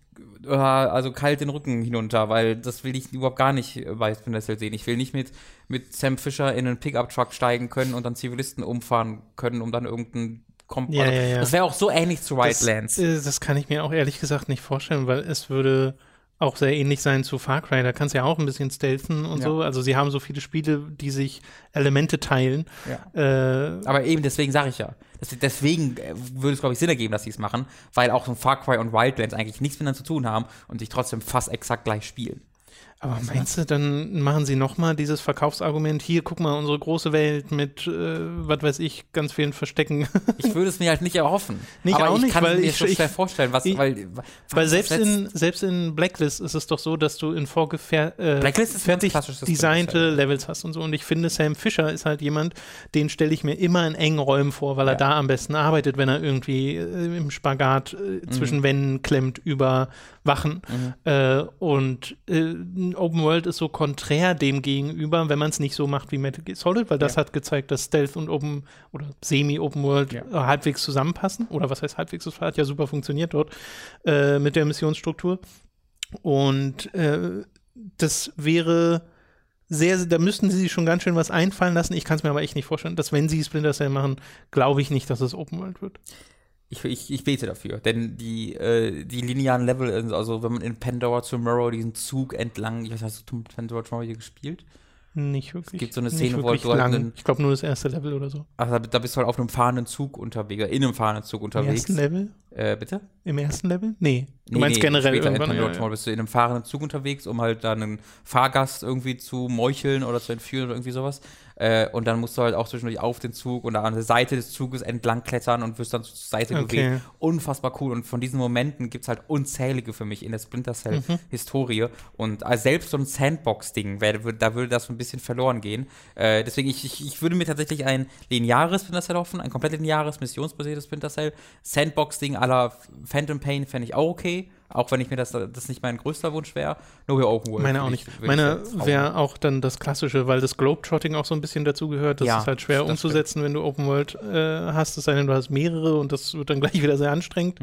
kalt den Rücken hinunter, weil das will ich überhaupt gar nicht bei Splinter Cell sehen. Ich will nicht mit Sam Fisher in einen Pickup-Truck steigen können und dann Zivilisten umfahren können, um dann irgendeinen Das wäre auch so ähnlich zu Wildlands. Das kann ich mir auch ehrlich gesagt nicht vorstellen, weil es würde auch sehr ähnlich sein zu Far Cry. Da kannst du ja auch ein bisschen stealthen und so. Also sie haben so viele Spiele, die sich Elemente teilen. Ja. Aber eben deswegen sage ich ja. Deswegen würde es, glaube ich, Sinn ergeben, dass sie es machen, weil auch so Far Cry und Wildlands eigentlich nichts miteinander zu tun haben und sich trotzdem fast exakt gleich spielen. Aber meinst du, dann machen sie nochmal dieses Verkaufsargument, hier, guck mal, unsere große Welt mit, was weiß ich, ganz vielen Verstecken. Ich würde es mir halt nicht erhoffen. Aber ich kann mir schon schwer vorstellen, weil selbst in Blacklist ist es doch so, dass du in fertig designte Levels hast und so. Und ich finde, Sam Fisher ist halt jemand, den stelle ich mir immer in engen Räumen vor, weil er da am besten arbeitet, wenn er irgendwie im Spagat zwischen Wänden klemmt über Wachen. Und Open World ist so konträr dem gegenüber, wenn man es nicht so macht wie Metal Gear Solid, weil das hat gezeigt, dass Stealth und Open oder Semi-Open World halbwegs zusammenpassen. Oder was heißt halbwegs? Das hat ja super funktioniert dort mit der Missionsstruktur. Und das wäre da müssten sie sich schon ganz schön was einfallen lassen. Ich kann es mir aber echt nicht vorstellen, dass wenn sie Splinter Cell machen, glaube ich nicht, dass es Open World wird. Ich bete dafür, denn die linearen Level, also wenn man in Pandora Tomorrow diesen Zug entlang, ich weiß, hast du Pandora Tomorrow hier gespielt? Nicht wirklich. Es gibt so eine Szene, wo du halt ich glaube nur das erste Level oder so. Also da bist du halt auf einem fahrenden Zug unterwegs, in einem fahrenden Zug unterwegs. Im ersten Level? Bitte? Im ersten Level? Nee. Du meinst generell später irgendwann? In Pandora Tomorrow bist du in einem fahrenden Zug unterwegs, um halt da einen Fahrgast irgendwie zu meucheln oder zu entführen oder irgendwie sowas. Und dann musst du halt auch zwischendurch auf den Zug und an der Seite des Zuges entlang klettern und wirst dann zur Seite bewegt. Unfassbar cool. Und von diesen Momenten gibt es halt unzählige für mich in der Splinter Cell-Historie. Und selbst so ein Sandbox-Ding, da würde das so ein bisschen verloren gehen. Deswegen, ich würde mir tatsächlich ein lineares Splinter Cell hoffen, ein komplett lineares, missionsbasiertes Splinter Cell. Sandbox-Ding à la Phantom Pain fände ich auch okay. Auch wenn ich mir das nicht mein größter Wunsch wäre. Nur hier Open World. Meine auch nicht. Meine wäre auch dann das Klassische, weil das Globetrotting auch so ein bisschen dazu gehört. Das ist halt schwer umzusetzen, wenn du Open World hast. Es sei denn, du hast mehrere und das wird dann gleich wieder sehr anstrengend.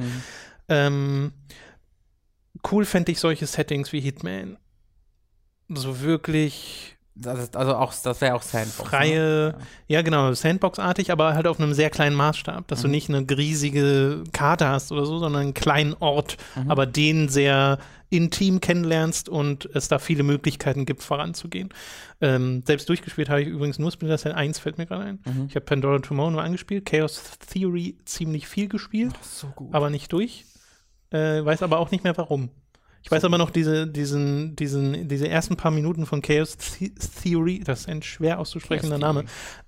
Cool fände ich solche Settings wie Hitman. So wirklich das wäre auch Sandbox. Freie, ja genau, Sandbox-artig, aber halt auf einem sehr kleinen Maßstab, dass du nicht eine riesige Karte hast oder so, sondern einen kleinen Ort, aber den sehr intim kennenlernst und es da viele Möglichkeiten gibt, voranzugehen. Selbst durchgespielt habe ich übrigens nur Splinter Cell 1, fällt mir gerade ein. Ich habe Pandora Tomorrow nur angespielt, Chaos Theory ziemlich viel gespielt, so gut. Aber nicht durch. Weiß aber auch nicht mehr warum. Ich weiß aber noch, diese ersten paar Minuten von Chaos Theory, das ist ein schwer auszusprechender Name,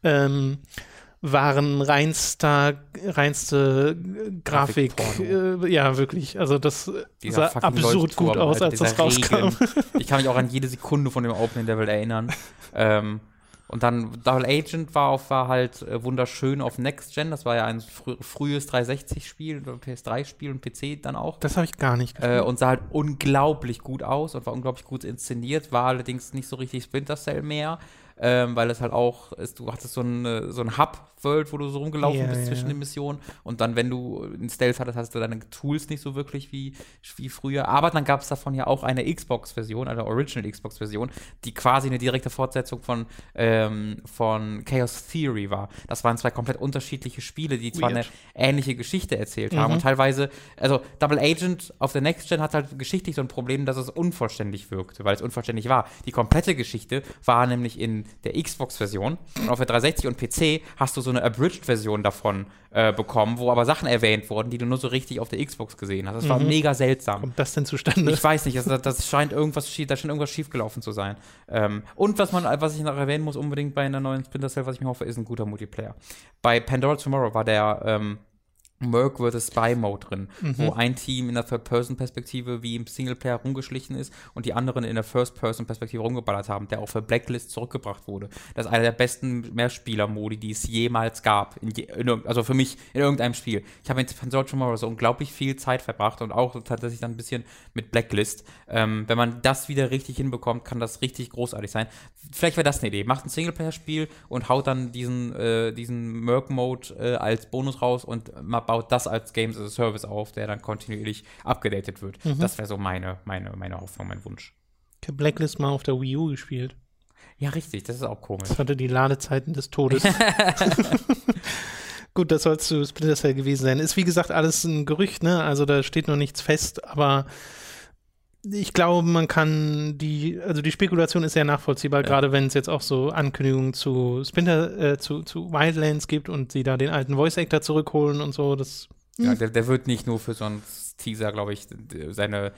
waren reinste Grafik. Ja, wirklich. Also das sah absurd gut aus, als das rauskam. Ich kann mich auch an jede Sekunde von dem Opening Level erinnern. Und dann Double Agent war halt wunderschön auf Next Gen. Das war ja ein frühes 360-Spiel, PS3-Spiel und PC dann auch. Das habe ich gar nicht gespielt. Und sah halt unglaublich gut aus und war unglaublich gut inszeniert. War allerdings nicht so richtig Splinter Cell mehr, weil es halt auch, du hattest so ein Hub-World, wo du so rumgelaufen bist zwischen den Missionen. Und dann, wenn du in Stealth hattest, hast du deine Tools nicht so wirklich wie früher. Aber dann gab es davon ja auch eine Xbox-Version, eine Original Xbox-Version, die quasi eine direkte Fortsetzung von Chaos Theory war. Das waren zwei komplett unterschiedliche Spiele, die zwar eine ähnliche Geschichte erzählt haben und teilweise, also Double Agent auf der Next Gen hat halt geschichtlich so ein Problem, dass es unvollständig wirkte, weil es unvollständig war. Die komplette Geschichte war nämlich in der Xbox-Version und auf der 360 und PC hast du so eine Abridged-Version davon bekommen, wo aber Sachen erwähnt wurden, die du nur so richtig auf der Xbox gesehen hast. Das war mega seltsam. Kommt das denn zustande? Ich weiß nicht, das scheint irgendwas schiefgelaufen zu sein. Und was ich noch erwähnen muss unbedingt bei einer neuen Splinter Cell, was ich mir hoffe, ist ein guter Multiplayer. Bei Pandora Tomorrow war Merc vs. Spy-Mode drin, wo ein Team in der Third-Person-Perspektive wie im Singleplayer rumgeschlichen ist und die anderen in der First-Person-Perspektive rumgeballert haben, der auch für Blacklist zurückgebracht wurde. Das ist einer der besten Mehrspieler-Modi, die es jemals gab, also für mich in irgendeinem Spiel. Ich habe in Panzer Tomorrow so unglaublich viel Zeit verbracht und auch tatsächlich dann ein bisschen mit Blacklist. Wenn man das wieder richtig hinbekommt, kann das richtig großartig sein. Vielleicht wäre das eine Idee. Macht ein Singleplayer-Spiel und haut dann diesen Merc-Mode als Bonus raus und baut das als Games as a Service auf, der dann kontinuierlich abgedatet wird. Das wäre so meine Hoffnung, mein Wunsch. Ich habe Blacklist mal auf der Wii U gespielt. Ja, richtig, das ist auch komisch. Das hatte die Ladezeiten des Todes. Gut, das soll zu Splinter Cell gewesen sein. Ist wie gesagt alles ein Gerücht, ne? Also da steht noch nichts fest, aber ich glaube, man kann die Spekulation ist sehr nachvollziehbar, gerade wenn es jetzt auch so Ankündigungen zu Splinter, zu Wildlands gibt und sie da den alten Voice-Actor zurückholen und so. Ja, der wird nicht nur für so einen Teaser, glaube ich, seinen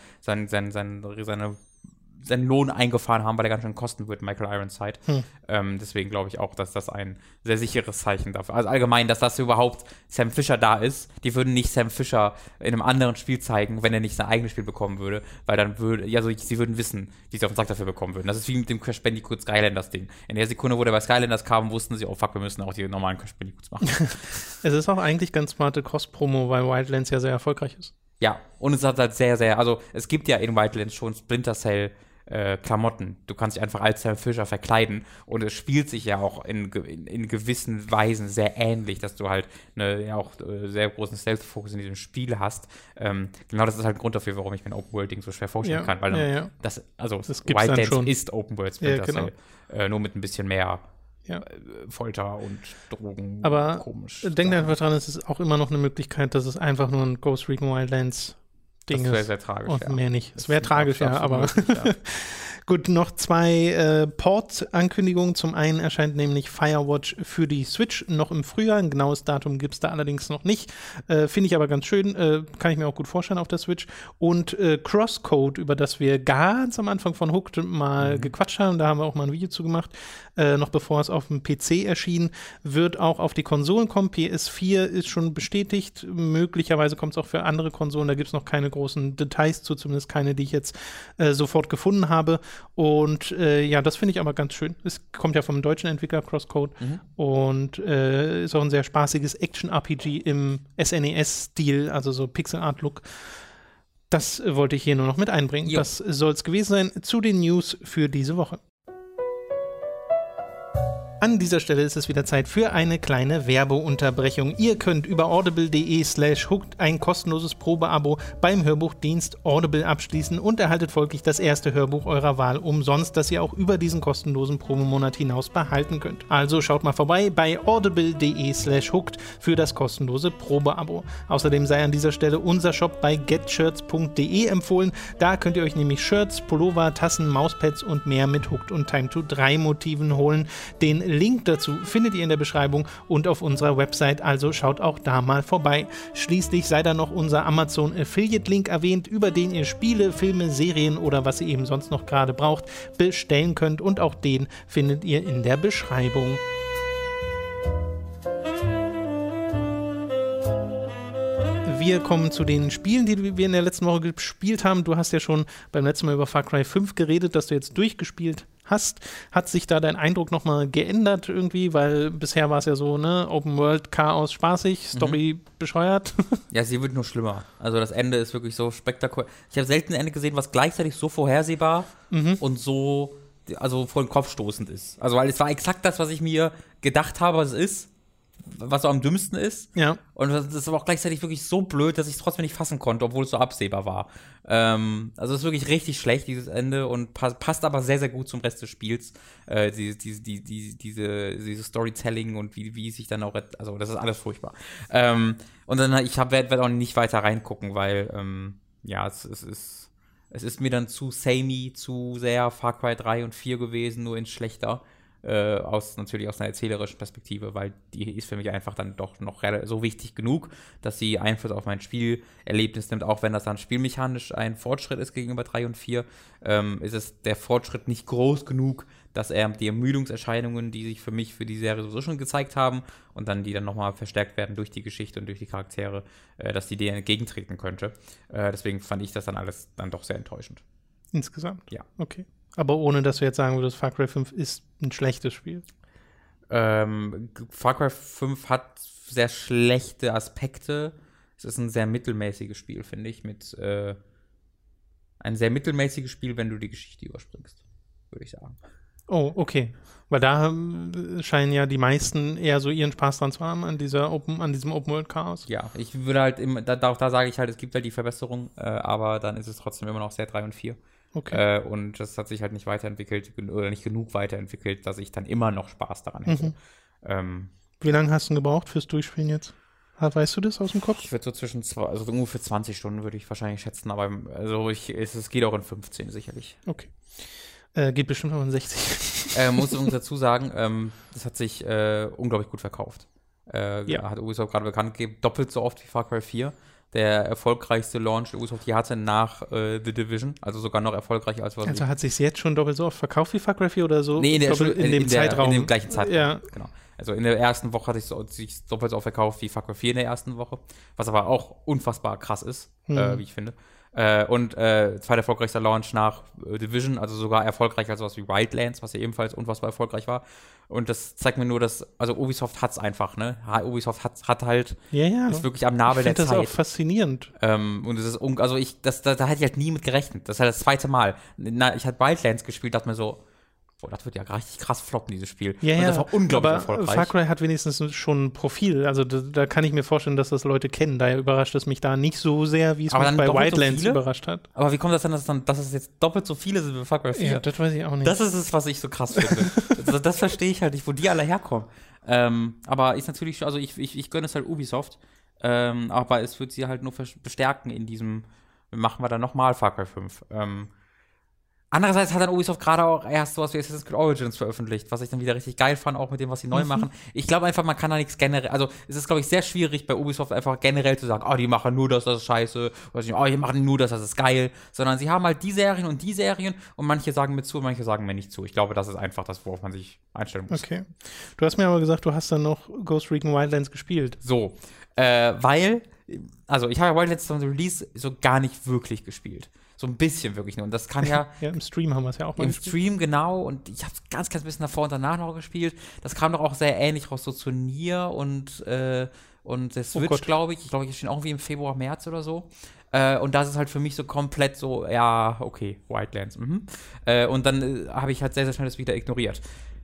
Lohn eingefahren haben, weil er ganz schön kosten wird, Michael Ironside. Deswegen glaube ich auch, dass das ein sehr sicheres Zeichen dafür. Also allgemein, dass das überhaupt Sam Fisher da ist. Die würden nicht Sam Fisher in einem anderen Spiel zeigen, wenn er nicht sein eigenes Spiel bekommen würde, weil dann sie würden wissen, wie sie auf den Sack dafür bekommen würden. Das ist wie mit dem Crash Bandicoot Skylanders Ding. In der Sekunde, wo der bei Skylanders kam, wussten sie, oh fuck, wir müssen auch die normalen Crash Bandicoots machen. Es ist auch eigentlich ganz smarte Cross-Promo, weil Wildlands ja sehr erfolgreich ist. Ja, und es hat halt sehr, sehr, also es gibt ja in Wildlands schon Splinter Cell Klamotten. Du kannst dich einfach als Sam Fisher verkleiden und es spielt sich ja auch in gewissen Weisen sehr ähnlich, dass du halt auch sehr großen Stealth-Fokus in diesem Spiel hast. Genau das ist halt ein Grund dafür, warum ich mir ein Open-World-Ding so schwer vorstellen kann, weil Wildlands ist Open-World Splinter Cell, nur mit ein bisschen mehr Folter und Drogen. Aber komisch. Denk einfach dran, es ist auch immer noch eine Möglichkeit, dass es einfach nur ein Ghost Recon Wildlands Ding das wäre sehr tragisch. Und mehr nicht. Es wäre tragisch, aber möglich, ja. Gut, noch zwei Port-Ankündigungen. Zum einen erscheint nämlich Firewatch für die Switch noch im Frühjahr. Ein genaues Datum gibt es da allerdings noch nicht. Finde ich aber ganz schön. Kann ich mir auch gut vorstellen auf der Switch. Und Crosscode, über das wir ganz am Anfang von Hooked mal gequatscht haben. Da haben wir auch mal ein Video zu gemacht. Noch bevor es auf dem PC erschien, wird auch auf die Konsolen kommen. PS4 ist schon bestätigt. Möglicherweise kommt es auch für andere Konsolen. Da gibt es noch keine großen Details zu, zumindest keine, die ich jetzt sofort gefunden habe. Und das finde ich aber ganz schön. Es kommt ja vom deutschen Entwickler Crosscode und ist auch ein sehr spaßiges Action-RPG im SNES-Stil, also so Pixel-Art-Look. Das wollte ich hier nur noch mit einbringen. Jo. Das soll es gewesen sein zu den News für diese Woche. An dieser Stelle ist es wieder Zeit für eine kleine Werbeunterbrechung. Ihr könnt über audible.de/hooked ein kostenloses Probeabo beim Hörbuchdienst Audible abschließen und erhaltet folglich das erste Hörbuch eurer Wahl umsonst, das ihr auch über diesen kostenlosen Probemonat hinaus behalten könnt. Also schaut mal vorbei bei audible.de/hooked für das kostenlose Probeabo. Außerdem sei an dieser Stelle unser Shop bei getshirts.de empfohlen. Da könnt ihr euch nämlich Shirts, Pullover, Tassen, Mauspads und mehr mit Hooked und Time to 3 Motiven holen. Den Link dazu findet ihr in der Beschreibung und auf unserer Website, also schaut auch da mal vorbei. Schließlich sei da noch unser Amazon Affiliate Link erwähnt, über den ihr Spiele, Filme, Serien oder was ihr eben sonst noch gerade braucht, bestellen könnt und auch den findet ihr in der Beschreibung. Wir kommen zu den Spielen, die wir in der letzten Woche gespielt haben. Du hast ja schon beim letzten Mal über Far Cry 5 geredet, dass du jetzt durchgespielt hast. Hat sich da dein Eindruck nochmal geändert irgendwie? Weil bisher war es ja so, ne? Open World, Chaos, spaßig, Story bescheuert. Ja, sie wird nur schlimmer. Also das Ende ist wirklich so spektakulär. Ich habe selten ein Ende gesehen, was gleichzeitig so vorhersehbar und so, also vor den Kopf stoßend ist. Also weil es war exakt das, was ich mir gedacht habe, was es ist. Was so am dümmsten ist. Ja. Und das war auch gleichzeitig wirklich so blöd, dass ich es trotzdem nicht fassen konnte, obwohl es so absehbar war. Also es ist wirklich richtig schlecht, dieses Ende, und passt aber sehr, sehr gut zum Rest des Spiels. Diese Storytelling und wie sich dann auch, also das ist alles furchtbar. Und dann, werde auch nicht weiter reingucken, weil, es ist mir dann zu samey, zu sehr Far Cry 3 und 4 gewesen, nur in schlechter. natürlich aus einer erzählerischen Perspektive, weil die ist für mich einfach dann doch noch so wichtig genug, dass sie Einfluss auf mein Spielerlebnis nimmt, auch wenn das dann spielmechanisch ein Fortschritt ist gegenüber 3 und 4, ist es der Fortschritt nicht groß genug, dass die Ermüdungserscheinungen, die sich für mich für die Serie sowieso schon gezeigt haben und dann die dann nochmal verstärkt werden durch die Geschichte und durch die Charaktere, dass die denen entgegentreten könnte. Deswegen fand ich das dann alles dann doch sehr enttäuschend. Insgesamt? Ja. Okay. Aber ohne, dass du jetzt sagen würdest, Far Cry 5 ist ein schlechtes Spiel. Far Cry 5 hat sehr schlechte Aspekte. Es ist ein sehr mittelmäßiges Spiel, finde ich, ein sehr mittelmäßiges Spiel, wenn du die Geschichte überspringst, würde ich sagen. Oh, okay. Weil da scheinen ja die meisten eher so ihren Spaß dran zu haben, an diesem Open-World-Chaos. Ja, ich würde halt da sage ich halt, es gibt halt die Verbesserung, aber dann ist es trotzdem immer noch sehr 3 und 4. Okay. Und das hat sich halt nicht weiterentwickelt oder nicht genug weiterentwickelt, dass ich dann immer noch Spaß daran hätte. Wie lange hast du gebraucht fürs Durchspielen jetzt? Weißt du das aus dem Kopf? Ich würde so also ungefähr 20 Stunden würde ich wahrscheinlich schätzen, aber es geht auch in 15 sicherlich. Okay. Geht bestimmt auch in 60. Muss übrigens dazu sagen, das hat sich unglaublich gut verkauft. Hat Ubisoft gerade bekannt gegeben, doppelt so oft wie Far Cry 4. Der erfolgreichste Launch, den Ubisoft je hatte nach The Division, also sogar noch erfolgreicher als was. Also hat sich jetzt schon doppelt so oft verkauft wie Far Cry 4 oder so? Nee, in dem Zeitraum. In dem gleichen Zeitraum, ja. Genau. Also in der ersten Woche hat es sich doppelt so oft verkauft wie Far Cry 4 in der ersten Woche, was aber auch unfassbar krass ist, wie ich finde. Und zweiter erfolgreichster Launch nach Division, also sogar erfolgreicher als sowas wie Wildlands, was ja ebenfalls unfassbar erfolgreich war. Und das zeigt mir nur, dass, also Ubisoft hat's einfach, ne? Ubisoft hat halt, ist wirklich am Nabel der Zeit. Ich finde das auch faszinierend. Und es ist, also da hätte ich halt nie mit gerechnet. Das ist halt das zweite Mal. Ich hatte Wildlands gespielt, dachte mir so, boah, das wird ja richtig krass floppen, dieses Spiel. Ja, und das war unglaublich aber erfolgreich. Far Cry hat wenigstens schon ein Profil. Also da kann ich mir vorstellen, dass das Leute kennen. Daher überrascht es mich da nicht so sehr, wie es mich bei Wildlands überrascht hat. Aber wie kommt das denn, dass es jetzt doppelt so viele sind wie Far Cry 4? Ja, das weiß ich auch nicht. Das ist es, was ich so krass finde. das verstehe ich halt nicht, wo die alle herkommen. Aber ist natürlich, also ich gönne es halt Ubisoft. Aber es wird sie halt nur bestärken in diesem, machen wir dann nochmal Far Cry 5. Andererseits hat dann Ubisoft gerade auch erst sowas wie Assassin's Creed Origins veröffentlicht, was ich dann wieder richtig geil fand, auch mit dem, was sie neu machen. Ich glaube einfach, man kann da nichts generell, also es ist, glaube ich, sehr schwierig bei Ubisoft einfach generell zu sagen, die machen nur das ist scheiße, oder die machen nur das ist geil, sondern sie haben halt die Serien und manche sagen mir zu und manche sagen mir nicht zu. Ich glaube, das ist einfach das, worauf man sich einstellen muss. Okay. Du hast mir aber gesagt, du hast dann noch Ghost Recon Wildlands gespielt. So, weil, also ich habe Wildlands zum Release so gar nicht wirklich gespielt. So ein bisschen wirklich nur. Und das kann ja. Ja, im Stream haben wir es ja auch mal gespielt. Im Stream, genau. Und ich habe es ganz bisschen davor und danach noch gespielt. Das kam doch auch sehr ähnlich raus, so zu Nier und der Switch, glaube ich. Ich glaube, ich erschien irgendwie im Februar, März oder so. Und das ist halt für mich so komplett so, ja, okay, Wildlands. Und dann habe ich halt sehr, sehr schnell das wieder ignoriert.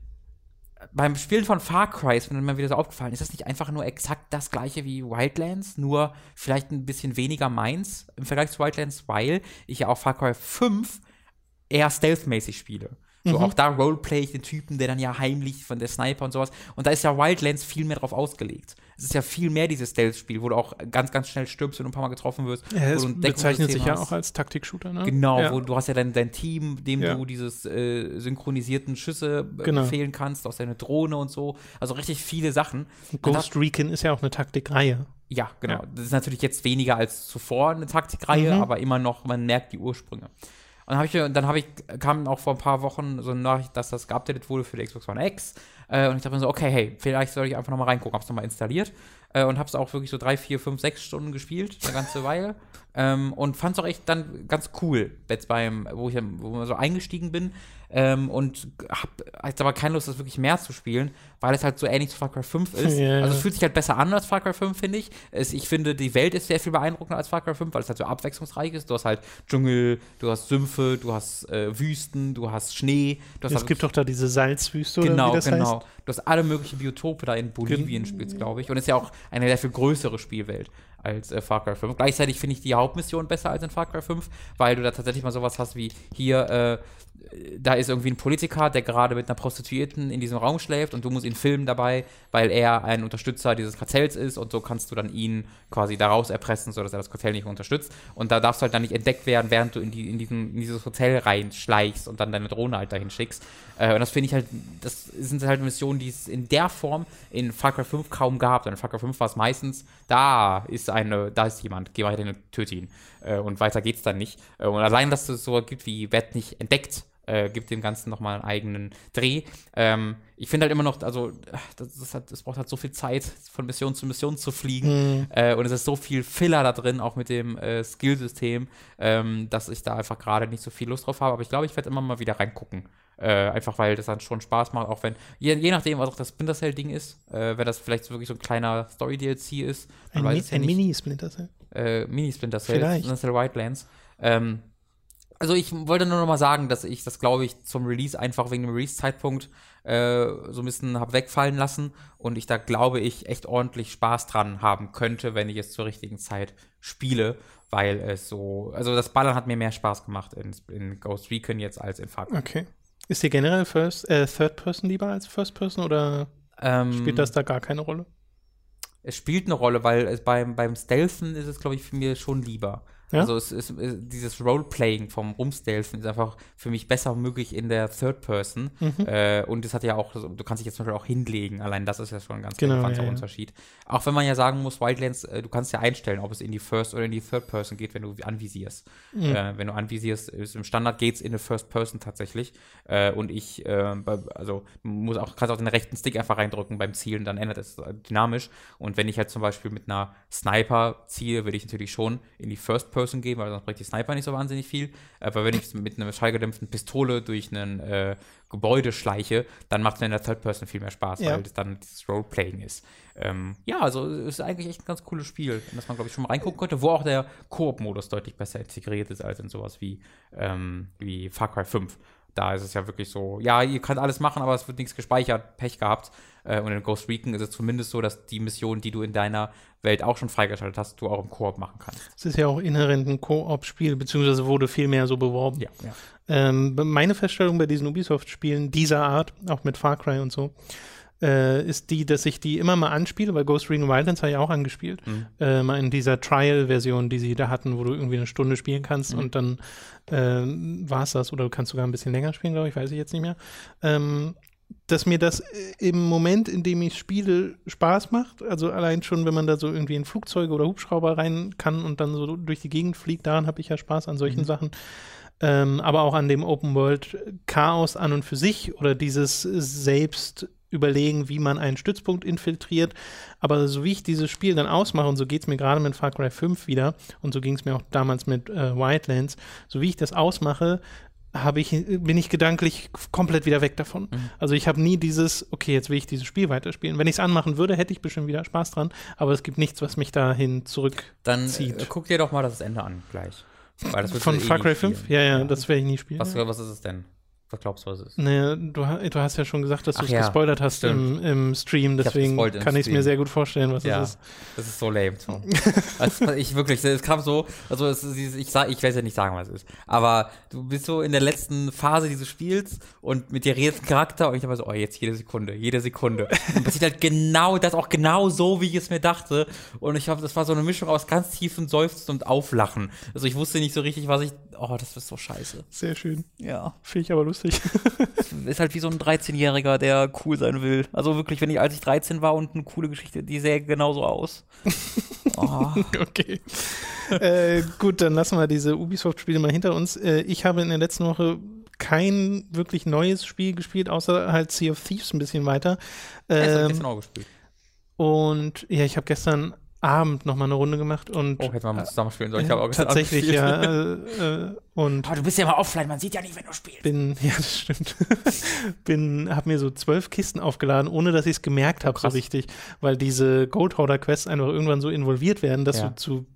Beim Spielen von Far Cry ist mir wieder so aufgefallen, ist das nicht einfach nur exakt das gleiche wie Wildlands, nur vielleicht ein bisschen weniger meins im Vergleich zu Wildlands, weil ich ja auch Far Cry 5 eher stealth-mäßig spiele. So, auch da roleplay ich den Typen, der dann ja heimlich von der Sniper und sowas. Und da ist ja Wildlands viel mehr drauf ausgelegt. Es ist ja viel mehr dieses Stealth-Spiel, wo du auch ganz schnell stirbst, wenn du ein paar Mal getroffen wirst. Ja, es bezeichnet sich ja auch als Taktik-Shooter, ne? Genau, wo du hast ja dein Team, dem du dieses synchronisierten Schüsse befehlen kannst, aus deiner Drohne und so. Also richtig viele Sachen. Ghost Recon ist ja auch eine Taktikreihe. Ja, genau. Ja. Das ist natürlich jetzt weniger als zuvor eine Taktikreihe, aber immer noch, man merkt die Ursprünge. Und dann kam auch vor ein paar Wochen so eine Nachricht, dass das geupdatet wurde für die Xbox One X. Und ich dachte mir so, okay, hey, vielleicht soll ich einfach nochmal reingucken. Hab's nochmal installiert und hab's auch wirklich so 3, 4, 5, 6 Stunden gespielt, eine ganze Weile. Und fand's auch echt dann ganz cool, jetzt wo ich so eingestiegen bin. Und hab jetzt aber keine Lust, das wirklich mehr zu spielen, weil es halt so ähnlich zu Far Cry 5 ist. Yeah. Also es fühlt sich halt besser an als Far Cry 5, finde ich. Ich finde, die Welt ist sehr viel beeindruckender als Far Cry 5, weil es halt so abwechslungsreich ist. Du hast halt Dschungel, du hast Sümpfe, du hast Wüsten, du hast Schnee. Es gibt doch da diese Salzwüste oder wie das heißt. Du hast alle möglichen Biotope da in Bolivien spielst, glaube ich. Und es ist ja auch eine sehr viel größere Spielwelt als Far Cry 5. Gleichzeitig finde ich die Hauptmission besser als in Far Cry 5, weil du da tatsächlich mal sowas hast wie hier da ist irgendwie ein Politiker, der gerade mit einer Prostituierten in diesem Raum schläft und du musst ihn filmen dabei, weil er ein Unterstützer dieses Kartells ist und so kannst du dann ihn quasi daraus erpressen, sodass er das Kartell nicht unterstützt. Und da darfst du halt dann nicht entdeckt werden, während du in dieses Hotel reinschleichst und dann deine Drohne halt dahin schickst. Und das finde ich halt, das sind halt Missionen, die es in der Form in Far Cry 5 kaum gab. Denn in Far Cry 5 war es meistens, da ist jemand, geh mal hin und töte ihn. Und weiter geht's dann nicht. Und allein, dass es so gibt wie werd nicht entdeckt, gibt dem Ganzen nochmal einen eigenen Dreh. Ich finde halt immer noch, also das braucht halt so viel Zeit, von Mission zu Mission zu fliegen. Und es ist so viel Filler da drin, auch mit dem Skillsystem, dass ich da einfach gerade nicht so viel Lust drauf habe. Aber ich glaube, ich werde immer mal wieder reingucken. Einfach weil das dann schon Spaß macht, auch wenn, je nachdem, was auch das Splinter Cell-Ding ist, wenn das vielleicht wirklich so ein kleiner Story-DLC ist. Ein Mini-Splinter Cell. Mini-Splinter Cell, Vielleicht. Splinter Cell Wildlands. Also ich wollte nur noch mal sagen, dass ich das, glaube ich, zum Release einfach wegen dem Release-Zeitpunkt so ein bisschen habe wegfallen lassen und ich da, glaube ich, echt ordentlich Spaß dran haben könnte, wenn ich es zur richtigen Zeit spiele, weil es so, also das Ballern hat mir mehr Spaß gemacht in Ghost Recon jetzt als in Far Cry. Okay. Ist dir generell Third Person lieber als First Person oder spielt das da gar keine Rolle? Es spielt eine Rolle, weil es beim Stealthen ist es, glaube ich, für mir schon lieber. Ja? Also es ist dieses Roleplaying vom Rumstealthen ist einfach für mich besser möglich in der Third Person. Und es hat ja auch, du kannst dich jetzt zum Beispiel auch hinlegen. Allein das ist ja schon ein ganz relevanter Unterschied. Auch wenn man ja sagen muss, Wildlands, du kannst ja einstellen, ob es in die First oder in die Third Person geht, wenn du anvisierst. Wenn du anvisierst, im Standard geht's in die First Person tatsächlich. Und ich, also kannst auch den rechten Stick einfach reindrücken beim Zielen, dann ändert es dynamisch. Und wenn ich halt zum Beispiel mit einer Sniper ziehe, würde ich natürlich schon in die First Person gehen, weil sonst bringt die Sniper nicht so wahnsinnig viel. Aber wenn ich mit einer schallgedämpften Pistole durch ein Gebäude schleiche, dann macht es mir in der Third Person viel mehr Spaß, weil es dann dieses Roleplaying ist. Also es ist eigentlich echt ein ganz cooles Spiel, in das man, glaube ich, schon mal reingucken könnte, wo auch der Koop-Modus deutlich besser integriert ist als in sowas wie Far Cry 5. Da ist es ja wirklich so, ja, ihr könnt alles machen, aber es wird nichts gespeichert, Pech gehabt. Und in Ghost Recon ist es zumindest so, dass die Missionen, die du in deiner Welt auch schon freigeschaltet hast, du auch im Koop machen kannst. Es ist ja auch inhärent ein Koop-Spiel, beziehungsweise wurde viel mehr so beworben. Ja. Meine Feststellung bei diesen Ubisoft-Spielen dieser Art, auch mit Far Cry und so, ist die, dass ich die immer mal anspiele, weil Ghost Recon Wildlands habe ich auch angespielt. Mal in dieser Trial-Version, die sie da hatten, wo du irgendwie eine Stunde spielen kannst und dann war es das. Oder du kannst sogar ein bisschen länger spielen, glaube ich, weiß ich jetzt nicht mehr. Dass mir das im Moment, in dem ich spiele, Spaß macht. Also allein schon, wenn man da so irgendwie in Flugzeuge oder Hubschrauber rein kann und dann so durch die Gegend fliegt, daran habe ich ja Spaß an solchen Sachen. Aber auch an dem Open-World-Chaos an und für sich oder dieses selbst überlegen, wie man einen Stützpunkt infiltriert. Aber so wie ich dieses Spiel dann ausmache, und so geht es mir gerade mit Far Cry 5 wieder, und so ging es mir auch damals mit Wildlands, so wie ich das ausmache, bin ich gedanklich komplett wieder weg davon. Also ich habe nie dieses, okay, jetzt will ich dieses Spiel weiterspielen. Wenn ich es anmachen würde, hätte ich bestimmt wieder Spaß dran, aber es gibt nichts, was mich dahin zurückzieht. Dann guck dir doch mal das Ende an gleich. Weil das von Far Cry 5? Ja, das werde ich nie spielen. Was ist es denn? Was glaubst du, was es ist? Naja, du hast ja schon gesagt, dass du es gespoilert hast im Stream, deswegen kann ich es mir sehr gut vorstellen, was es ist. Das ist so lame. Also ich wirklich, es kam so, also ich werde ja nicht sagen, was es ist, aber du bist so in der letzten Phase dieses Spiels und mit dir redet ein Charakter und ich dachte so, jetzt jede Sekunde. Und passiert halt genau so, wie ich es mir dachte. Und ich glaube, das war so eine Mischung aus ganz tiefen Seufzen und Auflachen. Also ich wusste nicht so richtig, das ist so scheiße. Sehr schön. Ja. Finde ich aber lustig. Ist halt wie so ein 13-Jähriger, der cool sein will. Also wirklich, als ich 13 war und eine coole Geschichte, die sähe genauso aus. Okay. Gut, dann lassen wir diese Ubisoft-Spiele mal hinter uns. Ich habe in der letzten Woche kein wirklich neues Spiel gespielt, außer halt Sea of Thieves ein bisschen weiter. Das habe ich gestern auch gespielt. Und ja, ich habe gestern Abend noch mal eine Runde gemacht und hätte man mal zusammen spielen sollen. Ich habe auch tatsächlich, ja. Und aber du bist ja mal offline, man sieht ja nicht, wenn du spielst. Ja, das stimmt. Habe mir so 12 Kisten aufgeladen, ohne dass ich es gemerkt habe so richtig, weil diese Goldholder-Quests einfach irgendwann so involviert werden, dass du zu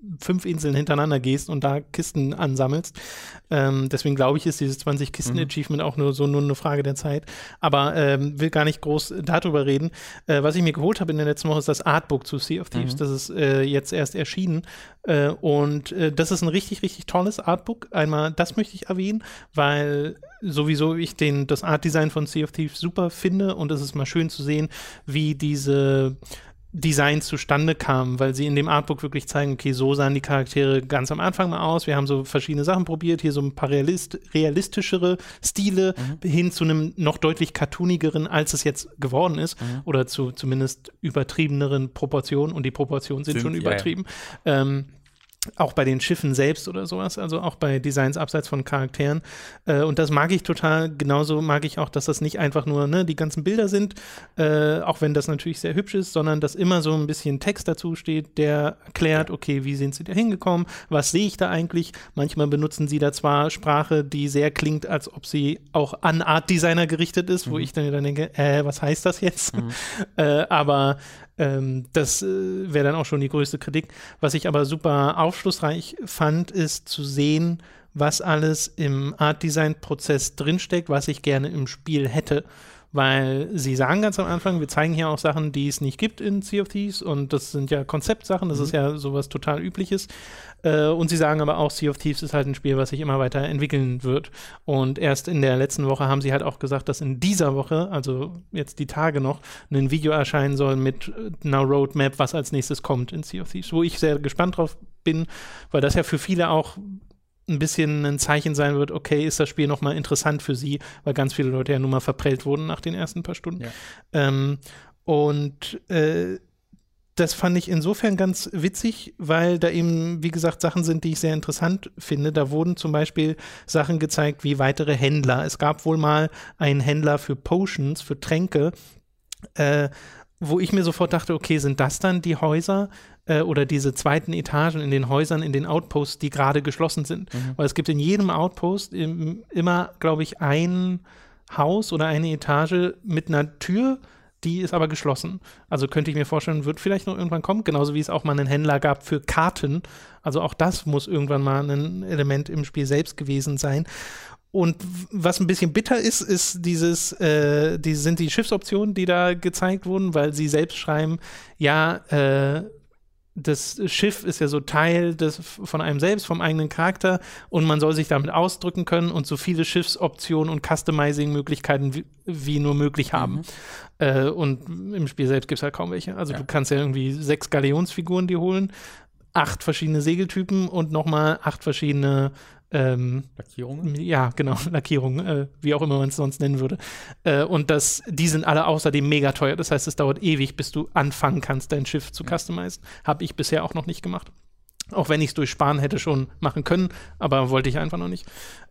5 Inseln hintereinander gehst und da Kisten ansammelst. Deswegen glaube ich, ist dieses 20-Kisten-Achievement auch nur eine Frage der Zeit. Aber will gar nicht groß darüber reden. Was ich mir geholt habe in der letzten Woche, ist das Artbook zu Sea of Thieves. Das ist jetzt erst erschienen. Und das ist ein richtig, richtig tolles Artbook. Einmal, das möchte ich erwähnen, weil sowieso ich das Artdesign von Sea of Thieves super finde und es ist mal schön zu sehen, wie diese Designs zustande kamen, weil sie in dem Artbook wirklich zeigen, okay, so sahen die Charaktere ganz am Anfang mal aus. Wir haben so verschiedene Sachen probiert, hier so ein paar realistischere Stile hin zu einem noch deutlich cartoonigeren, als es jetzt geworden ist, oder zu zumindest übertriebeneren Proportionen und die Proportionen sind schon übertrieben. Ja. Auch bei den Schiffen selbst oder sowas, also auch bei Designs abseits von Charakteren. Und das mag ich total. Genauso mag ich auch, dass das nicht einfach nur die ganzen Bilder sind, auch wenn das natürlich sehr hübsch ist, sondern dass immer so ein bisschen Text dazu steht, der erklärt, okay, wie sind sie da hingekommen, was sehe ich da eigentlich? Manchmal benutzen sie da zwar Sprache, die sehr klingt, als ob sie auch an Art-Designer gerichtet ist, wo ich dann denke, was heißt das jetzt? Aber das wäre dann auch schon die größte Kritik. Was ich aber super aufschlussreich fand, ist zu sehen, was alles im Art-Design-Prozess drinsteckt, was ich gerne im Spiel hätte. Weil sie sagen ganz am Anfang, wir zeigen hier auch Sachen, die es nicht gibt in Sea of Thieves und das sind ja Konzeptsachen, das ist ja sowas total Übliches. Und sie sagen aber auch, Sea of Thieves ist halt ein Spiel, was sich immer weiter entwickeln wird. Und erst in der letzten Woche haben sie halt auch gesagt, dass in dieser Woche, also jetzt die Tage noch, ein Video erscheinen soll mit einer Roadmap, was als nächstes kommt in Sea of Thieves, wo ich sehr gespannt drauf bin, weil das ja für viele auch ein bisschen ein Zeichen sein wird, okay, ist das Spiel nochmal interessant für sie, weil ganz viele Leute ja nun mal verprellt wurden nach den ersten paar Stunden. Ja. Das fand ich insofern ganz witzig, weil da eben, wie gesagt, Sachen sind, die ich sehr interessant finde. Da wurden zum Beispiel Sachen gezeigt wie weitere Händler. Es gab wohl mal einen Händler für Potions, für Tränke, wo ich mir sofort dachte, okay, sind das dann die Häuser oder diese zweiten Etagen in den Häusern, in den Outposts, die gerade geschlossen sind? Weil es gibt in jedem Outpost immer, glaube ich, ein Haus oder eine Etage mit einer Tür, die ist aber geschlossen. Also könnte ich mir vorstellen, wird vielleicht noch irgendwann kommen, genauso wie es auch mal einen Händler gab für Karten. Also auch das muss irgendwann mal ein Element im Spiel selbst gewesen sein. Und was ein bisschen bitter ist, sind die Schiffsoptionen, die da gezeigt wurden, weil sie selbst schreiben, das Schiff ist ja so Teil von einem selbst, vom eigenen Charakter und man soll sich damit ausdrücken können und so viele Schiffsoptionen und Customizing-Möglichkeiten wie nur möglich haben. Und im Spiel selbst gibt es halt kaum welche. Also du kannst ja irgendwie 6 Galeonsfiguren dir holen, 8 verschiedene Segeltypen und nochmal 8 verschiedene Lackierungen? Ja, genau, Lackierungen, wie auch immer man es sonst nennen würde. Und die sind alle außerdem mega teuer. Das heißt, es dauert ewig, bis du anfangen kannst, dein Schiff zu customizen. Habe ich bisher auch noch nicht gemacht. Auch wenn ich es durch Sparen hätte schon machen können, aber wollte ich einfach noch nicht.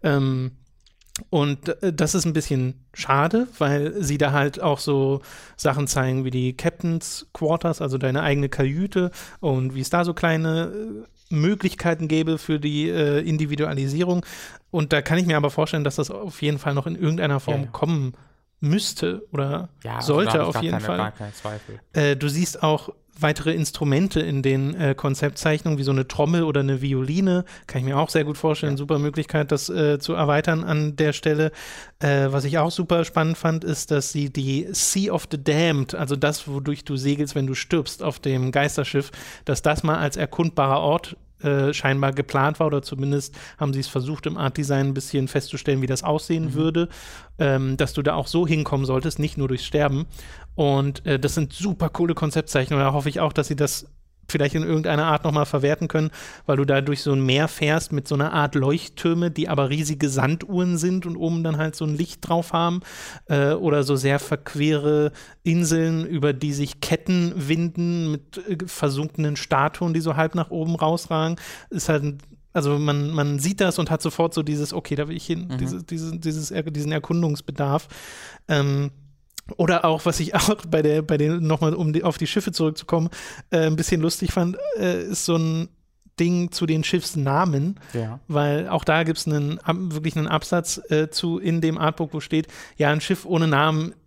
Und das ist ein bisschen schade, weil sie da halt auch so Sachen zeigen wie die Captain's Quarters, also deine eigene Kajüte und wie es da so kleine Möglichkeiten gäbe für die Individualisierung. Und da kann ich mir aber vorstellen, dass das auf jeden Fall noch in irgendeiner Form kommen müsste oder sollte auf jeden Fall. Gar keinen Zweifel. Du siehst auch weitere Instrumente in den Konzeptzeichnungen, wie so eine Trommel oder eine Violine. Kann ich mir auch sehr gut vorstellen. Super Möglichkeit, das zu erweitern an der Stelle. Was ich auch super spannend fand, ist, dass sie die Sea of the Damned, also das, wodurch du segelst, wenn du stirbst auf dem Geisterschiff, dass das mal als erkundbarer Ort scheinbar geplant war oder zumindest haben sie es versucht, im Art-Design ein bisschen festzustellen, wie das aussehen würde, dass du da auch so hinkommen solltest, nicht nur durchs Sterben. Und das sind super coole Konzeptzeichnungen. Da hoffe ich auch, dass sie das vielleicht in irgendeiner Art nochmal verwerten können, weil du da durch so ein Meer fährst mit so einer Art Leuchttürme, die aber riesige Sanduhren sind und oben dann halt so ein Licht drauf haben oder so sehr verquere Inseln, über die sich Ketten winden mit versunkenen Statuen, die so halb nach oben rausragen. Ist halt also man sieht das und hat sofort so dieses, okay, da will ich hin, diesen Erkundungsbedarf. Oder auch, was ich auch bei den nochmal, auf die Schiffe zurückzukommen, ein bisschen lustig fand, ist so ein Ding zu den Schiffsnamen, weil auch da gibt es wirklich einen Absatz in dem Artbook, wo steht, ja, ein Schiff ohne Namen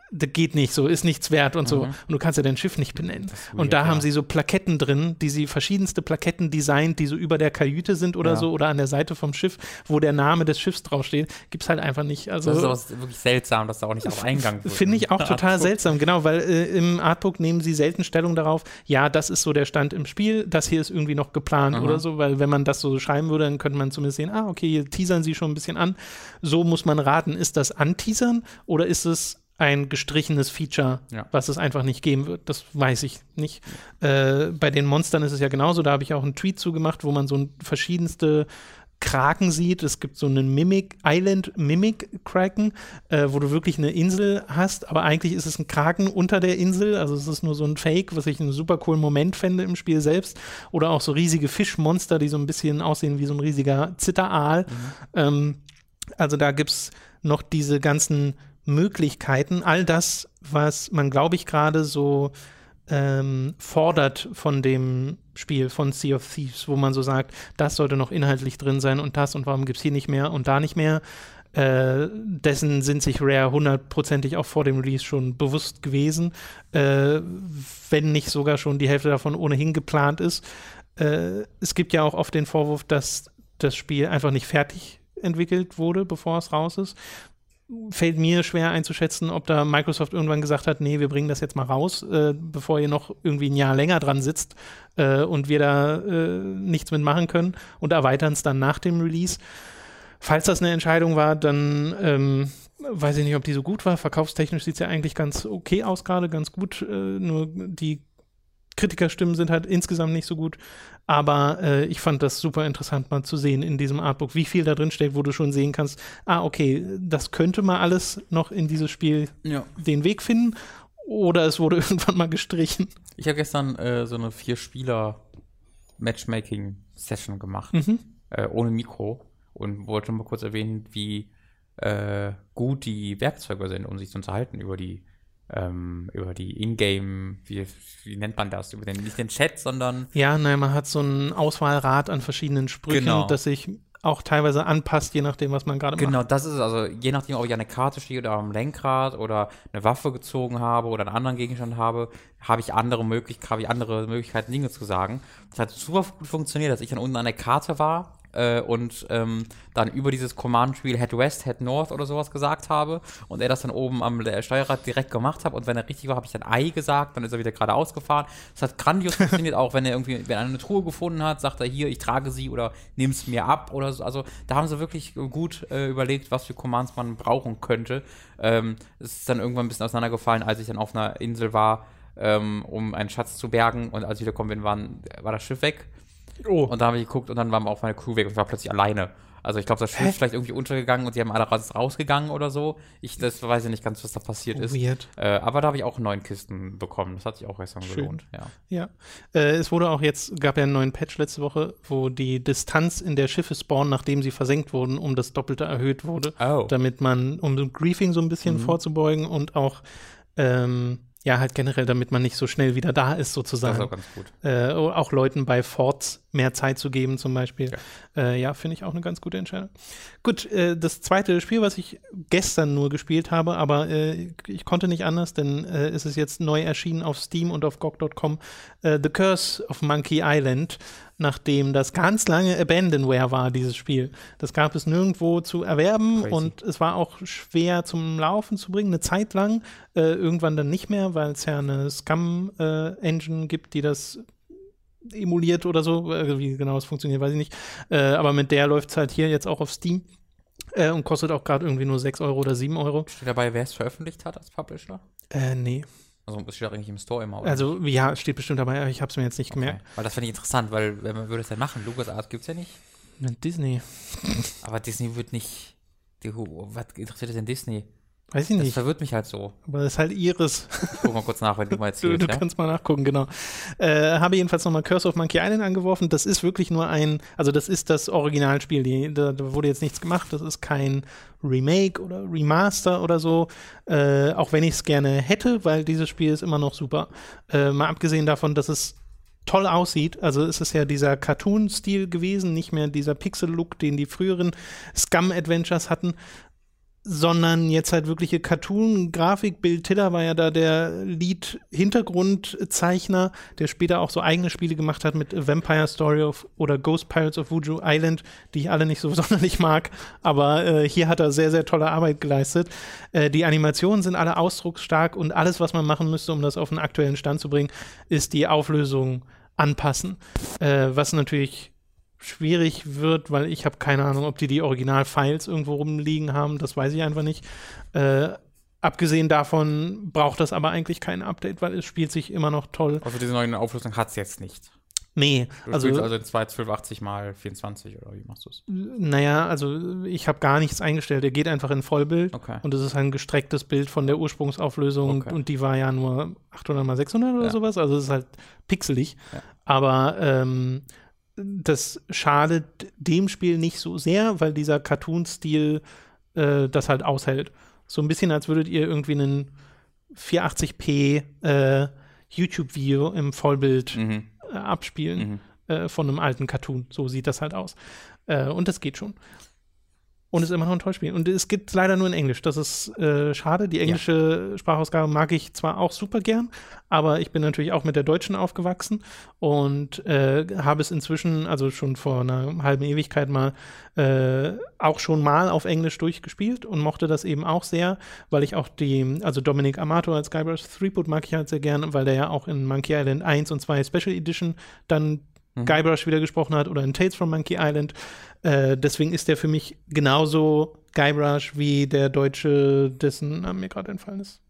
das geht nicht so, ist nichts wert und so. Und du kannst ja dein Schiff nicht benennen. Und da haben sie so Plaketten drin, verschiedenste Plaketten designt, die so über der Kajüte sind oder so oder an der Seite vom Schiff, wo der Name des Schiffs draufsteht. Gibt's halt einfach nicht. Also, das ist auch wirklich seltsam, dass da auch nicht auf Eingang wird. Finde ich auch total seltsam, genau, weil im Artbook nehmen sie selten Stellung darauf, ja, das ist so der Stand im Spiel, das hier ist irgendwie noch geplant oder so, weil wenn man das so schreiben würde, dann könnte man zumindest sehen, okay, hier teasern sie schon ein bisschen an. So muss man raten, ist das Anteasern oder ist es ein gestrichenes Feature, was es einfach nicht geben wird. Das weiß ich nicht. Bei den Monstern ist es ja genauso. Da habe ich auch einen Tweet zugemacht, wo man so verschiedenste Kraken sieht. Es gibt so einen Mimic-Kraken, wo du wirklich eine Insel hast, aber eigentlich ist es ein Kraken unter der Insel. Also es ist nur so ein Fake, was ich einen super coolen Moment fände im Spiel selbst. Oder auch so riesige Fischmonster, die so ein bisschen aussehen wie so ein riesiger Zitteraal. Also da gibt es noch diese ganzen Möglichkeiten, all das, was man, glaube ich, gerade so fordert von dem Spiel, von Sea of Thieves, wo man so sagt, das sollte noch inhaltlich drin sein und warum gibt es hier nicht mehr und da nicht mehr. Dessen sind sich Rare 100%ig auch vor dem Release schon bewusst gewesen, wenn nicht sogar schon die Hälfte davon ohnehin geplant ist. Es gibt ja auch oft den Vorwurf, dass das Spiel einfach nicht fertig entwickelt wurde, bevor es raus ist. Fällt mir schwer einzuschätzen, ob da Microsoft irgendwann gesagt hat, nee, wir bringen das jetzt mal raus, bevor ihr noch irgendwie ein Jahr länger dran sitzt und wir da nichts mitmachen können und erweitern es dann nach dem Release. Falls das eine Entscheidung war, dann weiß ich nicht, ob die so gut war. Verkaufstechnisch sieht es ja eigentlich ganz okay aus gerade, ganz gut. Nur die Kritikerstimmen sind halt insgesamt nicht so gut. Aber ich fand das super interessant mal zu sehen in diesem Artbook, wie viel da drin steht, wo du schon sehen kannst, okay, das könnte mal alles noch in dieses Spiel den Weg finden oder es wurde irgendwann mal gestrichen. Ich habe gestern so eine 4-Spieler-Matchmaking-Session gemacht, ohne Mikro und wollte mal kurz erwähnen, wie gut die Werkzeuge sind, um sich zu unterhalten über die Ingame, wie nennt man das? Nicht den Chat, sondern ja, nein, man hat so ein Auswahlrad an verschiedenen Sprüchen, das sich auch teilweise anpasst, je nachdem, was man gerade macht. Genau, das ist es. Also je nachdem, ob ich an der Karte stehe oder am Lenkrad oder eine Waffe gezogen habe oder einen anderen Gegenstand habe ich andere Möglichkeiten, Dinge zu sagen. Das hat super gut funktioniert, dass ich dann unten an der Karte war und dann über dieses Command-Spiel Head West, Head North oder sowas gesagt habe und er das dann oben am Steuerrad direkt gemacht hat und wenn er richtig war, habe ich dann Ei gesagt, dann ist er wieder geradeaus gefahren. Das hat grandios funktioniert, auch wenn er eine Truhe gefunden hat, sagt er hier, ich trage sie oder nimm es mir ab oder so. Also da haben sie wirklich gut überlegt, was für Commands man brauchen könnte. Es ist dann irgendwann ein bisschen auseinandergefallen, als ich dann auf einer Insel war, um einen Schatz zu bergen und als ich wiedergekommen bin, war das Schiff weg. Und da habe ich geguckt und dann war auch meine Crew weg und ich war plötzlich alleine. Also ich glaube, das Schiff ist vielleicht irgendwie untergegangen und die haben alle rausgegangen oder so. Das weiß ich nicht ganz, was da passiert ist. Weird. Aber da habe ich auch 9 Kisten bekommen. Das hat sich auch gestern gelohnt. Ja. Es wurde auch gab ja einen neuen Patch letzte Woche, wo die Distanz, in der Schiffe spawnen, nachdem sie versenkt wurden, um das Doppelte erhöht wurde. Damit um Griefing so ein bisschen vorzubeugen und auch halt generell, damit man nicht so schnell wieder da ist, sozusagen. Das ist auch ganz gut. Auch Leuten bei Forts mehr Zeit zu geben, zum Beispiel. Finde ich auch eine ganz gute Entscheidung. Gut, das zweite Spiel, was ich gestern nur gespielt habe, aber ich konnte nicht anders, denn es ist jetzt neu erschienen auf Steam und auf GOG.com. The Curse of Monkey Island, nachdem das ganz lange Abandonware war, dieses Spiel. Das gab es nirgendwo zu erwerben und es war auch schwer zum Laufen zu bringen, eine Zeit lang. Irgendwann dann nicht mehr, weil es ja eine Scum-Engine gibt, die das emuliert oder so. Wie genau das funktioniert, weiß ich nicht. Aber mit der läuft es halt hier jetzt auch auf Steam und kostet auch gerade irgendwie nur 6 Euro oder 7 Euro. Steht dabei, wer es veröffentlicht hat als Publisher? Nee. Also es steht auch eigentlich im Store immer, oder? Also ja, steht bestimmt dabei, aber ich habe es mir jetzt nicht gemerkt. Weil das finde ich interessant, weil wer würde es denn machen? LucasArts gibt es ja nicht. Disney. Aber Disney wird nicht. Was interessiert denn Disney? Weiß ich nicht. Das verwirrt mich halt so. Aber das ist halt ihres. Ich guck mal kurz nach, wenn du mal erzählst. Du kannst mal nachgucken, genau. Habe jedenfalls nochmal Curse of Monkey Island angeworfen. Das ist wirklich nur das ist das Originalspiel. Da wurde jetzt nichts gemacht. Das ist kein Remake oder Remaster oder so. Auch wenn ich es gerne hätte, weil dieses Spiel ist immer noch super. Mal abgesehen davon, dass es toll aussieht. Also es ist ja dieser Cartoon-Stil gewesen, nicht mehr dieser Pixel-Look, den die früheren Scum-Adventures hatten. sondern jetzt halt wirkliche Cartoon-Grafik. Bill Tiller war ja da der Lead-Hintergrundzeichner, der später auch so eigene Spiele gemacht hat mit Vampire Story oder Ghost Pirates of Wuju Island, die ich alle nicht so sonderlich mag, aber hier hat er sehr, sehr tolle Arbeit geleistet. Die Animationen sind alle ausdrucksstark und alles, was man machen müsste, um das auf einen aktuellen Stand zu bringen, ist die Auflösung anpassen, was natürlich schwierig wird, weil ich habe keine Ahnung, ob die Original-Files irgendwo rumliegen haben, das weiß ich einfach nicht. Abgesehen davon braucht das aber eigentlich kein Update, weil es spielt sich immer noch toll. Also diese neue Auflösung hat es jetzt nicht. Nee. Du spielst also in 1280 mal 24 oder wie machst du es? Naja, also ich habe gar nichts eingestellt. Er geht einfach in Vollbild und es ist ein gestrecktes Bild von der Ursprungsauflösung und die war ja nur 800 mal 600 oder sowas, also es ist halt pixelig. Ja. Aber das schadet dem Spiel nicht so sehr, weil dieser Cartoon-Stil das halt aushält. So ein bisschen, als würdet ihr irgendwie einen 480p YouTube-Video im Vollbild abspielen von einem alten Cartoon. So sieht das halt aus. Und das geht schon. Und es ist immer noch ein tolles Spiel. Und es gibt leider nur in Englisch. Das ist schade. Die englische Sprachausgabe mag ich zwar auch super gern, aber ich bin natürlich auch mit der deutschen aufgewachsen und habe es inzwischen, also schon vor einer halben Ewigkeit mal, auch schon mal auf Englisch durchgespielt und mochte das eben auch sehr, weil ich auch also Dominic Amato als Guybrush Threepwood mag ich halt sehr gern, weil der ja auch in Monkey Island 1 und 2 Special Edition dann Guybrush wieder gesprochen hat oder in Tales from Monkey Island. Deswegen ist der für mich genauso Guybrush wie der Deutsche, dessen Name mir gerade entfallen ist.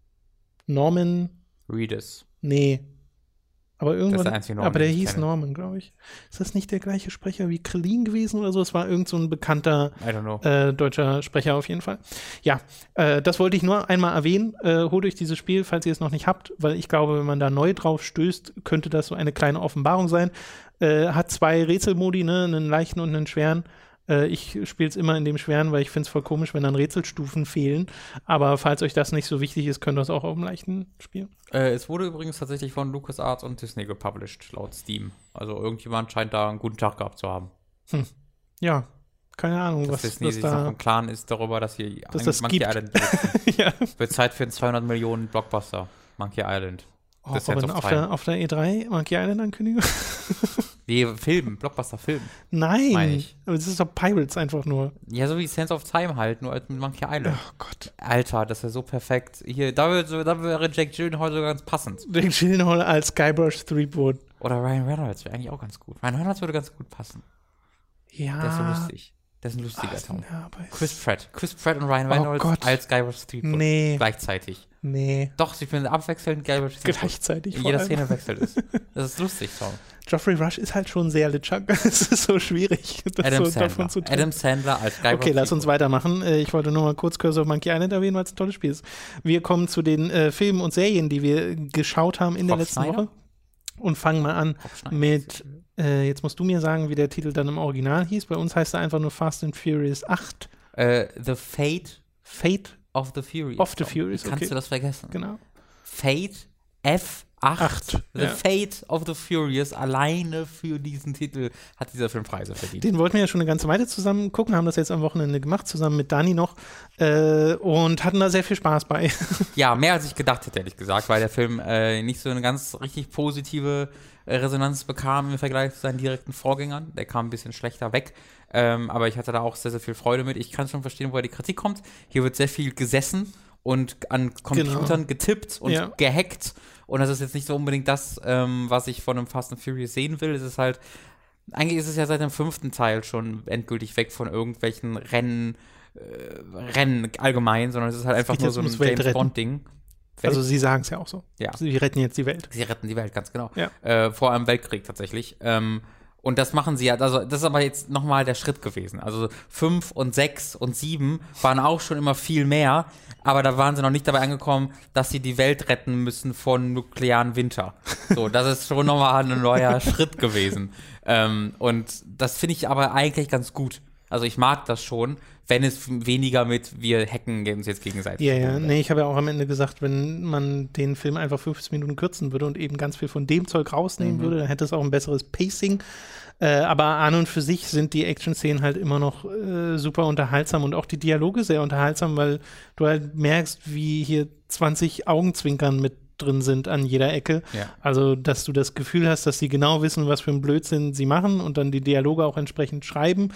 Norman Reedus. Nee. Aber irgendwann. Das ist der aber der hieß Norman, glaube ich. Ist das nicht der gleiche Sprecher wie Krillin gewesen oder so? Es war irgend so ein bekannter deutscher Sprecher auf jeden Fall. Ja, das wollte ich nur einmal erwähnen. Holt euch dieses Spiel, falls ihr es noch nicht habt, weil ich glaube, wenn man da neu drauf stößt, könnte das so eine kleine Offenbarung sein. Hat 2 Rätselmodi, ne? Einen leichten und einen schweren. Ich spiele es immer in dem schweren, weil ich finde es voll komisch, wenn dann Rätselstufen fehlen. Aber falls euch das nicht so wichtig ist, könnt ihr es auch auf dem leichten spielen. Es wurde übrigens tatsächlich von LucasArts und Disney gepublished, laut Steam. Also irgendjemand scheint da einen guten Tag gehabt zu haben. Ja, keine Ahnung, was Disney sich noch im Klaren ist darüber, dass hier das Monkey gibt. Island ja. Wird Zeit für einen 200 Millionen Blockbuster. Monkey Island. Oh, aber auf der E3 Monkey Island Ankündigung? Nee, Film, Blockbuster-Film. Nein, aber das ist doch Pirates einfach nur. Ja, so wie Sands of Time halt, nur als mit Monkey Island. Oh Gott. Alter, das wäre so perfekt. Hier, da wäre Jake Gyllenhaal sogar ganz passend. Jake Gyllenhaal als Guybrush Threepwood. Oder Ryan Reynolds wäre eigentlich auch ganz gut. Ryan Reynolds würde ganz gut passen. Ja. Der ist so lustig. Der ist ein lustiger Tom. Chris Pratt und Ryan Reynolds als Guybrush Threepwood. Nee. Gleichzeitig. Nee. Doch, sie finden abwechselnd Guybrush Threepwood. Gleichzeitig. In jeder Szene wechselt es. Das ist lustig, Tom. Geoffrey Rush ist halt schon sehr LeChuck. Es ist so schwierig, das davon zu tun. Adam Sandler als Guybrush. Okay, lass uns weitermachen. Ich wollte nur mal kurz Curse of Monkey Island erwähnen, weil es ein tolles Spiel ist. Wir kommen zu den Filmen und Serien, die wir geschaut haben in der letzten Woche. Und fangen mal an mit, jetzt musst du mir sagen, wie der Titel dann im Original hieß. Bei uns heißt er einfach nur Fast and Furious 8. The Fate of the Furious. Of the Furious, okay. Kannst du das vergessen? Genau. Fate F8. The Fate of the Furious. Alleine für diesen Titel hat dieser Film Preise verdient. Den wollten wir ja schon eine ganze Weile zusammen gucken, haben das jetzt am Wochenende gemacht, zusammen mit Dani noch und hatten da sehr viel Spaß bei. Ja, mehr als ich gedacht hätte, ehrlich gesagt, weil der Film nicht so eine ganz richtig positive Resonanz bekam im Vergleich zu seinen direkten Vorgängern. Der kam ein bisschen schlechter weg, aber ich hatte da auch sehr, sehr viel Freude mit. Ich kann schon verstehen, woher die Kritik kommt. Hier wird sehr viel gesessen und an Computern getippt und gehackt. Und das ist jetzt nicht so unbedingt das, was ich von einem Fast and Furious sehen will. Es ist halt, eigentlich ist es ja seit dem 5. Teil schon endgültig weg von irgendwelchen Rennen allgemein, sondern es ist halt einfach nur so ein James-Bond-Ding. Also sie sagen es ja auch so. Ja. Sie retten jetzt die Welt. Sie retten die Welt, ganz genau. Ja. Vor einem Weltkrieg tatsächlich. Und das machen sie ja, also das ist aber jetzt nochmal der Schritt gewesen. Also 5 und 6 und 7 waren auch schon immer viel mehr, aber da waren sie noch nicht dabei angekommen, dass sie die Welt retten müssen von nuklearen Winter. So, das ist schon nochmal ein neuer Schritt gewesen. Und das finde ich aber eigentlich ganz gut. Also ich mag das schon, wenn es weniger mit wir hacken uns jetzt gegenseitig. Ja. Nee, ich habe ja auch am Ende gesagt, wenn man den Film einfach 15 Minuten kürzen würde und eben ganz viel von dem Zeug rausnehmen würde, dann hätte es auch ein besseres Pacing. Aber an und für sich sind die Action-Szenen halt immer noch super unterhaltsam und auch die Dialoge sehr unterhaltsam, weil du halt merkst, wie hier 20 Augenzwinkern mit drin sind an jeder Ecke. Ja. Also, dass du das Gefühl hast, dass sie genau wissen, was für einen Blödsinn sie machen und dann die Dialoge auch entsprechend schreiben.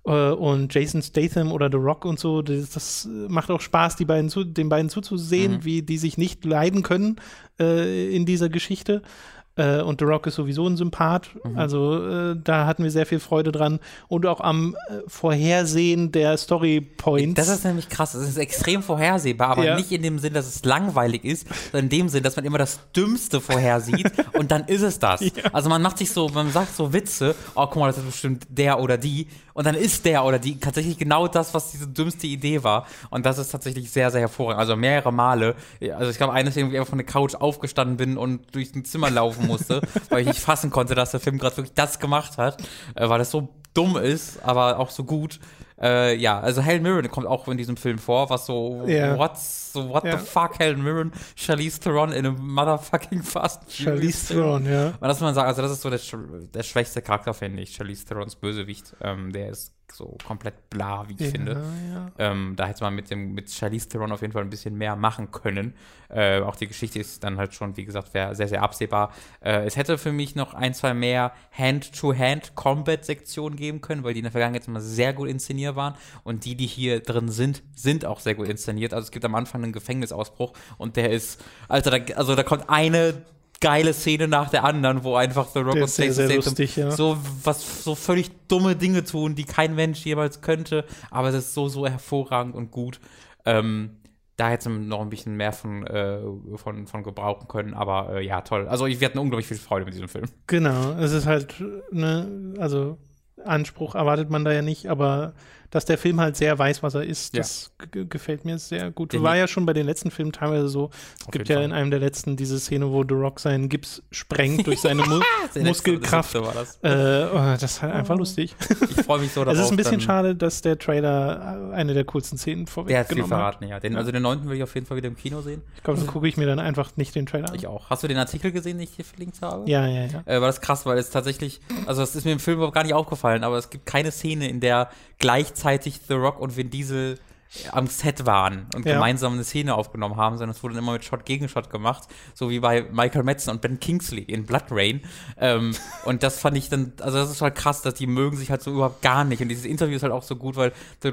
Und Jason Statham oder The Rock und so, das macht auch Spaß, den beiden zuzusehen, wie die sich nicht leiden können in dieser Geschichte. Und The Rock ist sowieso ein Sympath. Also da hatten wir sehr viel Freude dran. Und auch am Vorhersehen der Story-Points. Das ist nämlich krass. Das ist extrem vorhersehbar, aber nicht in dem Sinn, dass es langweilig ist, sondern in dem Sinn, dass man immer das Dümmste vorhersieht und dann ist es das. Ja. Also man sagt so Witze, oh, guck mal, das ist bestimmt der oder die. Und dann ist der oder die tatsächlich genau das, was diese dümmste Idee war. Und das ist tatsächlich sehr, sehr hervorragend. Also mehrere Male. Also ich glaube, eines irgendwie einfach von der Couch aufgestanden bin und durch ein Zimmer laufen musste, weil ich nicht fassen konnte, dass der Film gerade wirklich das gemacht hat, weil das so dumm ist, aber auch so gut. Also Helen Mirren kommt auch in diesem Film vor, was so, what the fuck, Helen Mirren, Charlize Theron in einem motherfucking Fast Charlize Theron, ja. Und das muss man sagen, also das ist so der schwächste Charakter, finde ich, Charlize Therons Bösewicht, der ist so komplett bla, wie ich finde. Ja. Da hätte man mit Charlize Theron auf jeden Fall ein bisschen mehr machen können. Auch die Geschichte ist dann halt schon, wie gesagt, sehr, sehr absehbar. Es hätte für mich noch ein, zwei mehr Hand-to-Hand-Combat-Sektionen geben können, weil die in der Vergangenheit immer sehr gut inszeniert waren. Und die hier drin sind auch sehr gut inszeniert. Also es gibt am Anfang einen Gefängnisausbruch und der ist, da kommt eine geile Szene nach der anderen, wo einfach The Rock und Jason Statham so völlig dumme Dinge tun, die kein Mensch jemals könnte, aber es ist so hervorragend und gut. Da hätte man noch ein bisschen mehr von gebrauchen können, aber ja, toll. Also wir hatten unglaublich viel Freude mit diesem Film. Genau, es ist halt, also Anspruch erwartet man da ja nicht, aber dass der Film halt sehr weiß, was er ist, das gefällt mir sehr gut. War ja schon bei den letzten Filmen teilweise so. Es gibt ja in einem der letzten diese Szene, wo The Rock seinen Gips sprengt durch seine Muskelkraft. Das ist halt einfach lustig. Ich freue mich so darauf. Es ist ein bisschen schade, dass der Trailer eine der coolsten Szenen vorweggenommen hat. Der hat viel verraten, ja. Also den 9. will ich auf jeden Fall wieder im Kino sehen. Ich glaube, dann gucke ich mir dann einfach nicht den Trailer an. Ich auch. Hast du den Artikel gesehen, den ich hier verlinkt habe? Ja. War das krass, weil es tatsächlich, also das ist mir im Film überhaupt gar nicht aufgefallen, aber es gibt keine Szene, in der gleichzeitig The Rock und Vin Diesel am Set waren und gemeinsam eine Szene aufgenommen haben, sondern es wurde dann immer mit Shot gegen Shot gemacht, so wie bei Michael Madsen und Ben Kingsley in Blood Rain. Und das fand ich dann, also das ist halt krass, dass die mögen sich halt so überhaupt gar nicht. Und dieses Interview ist halt auch so gut, weil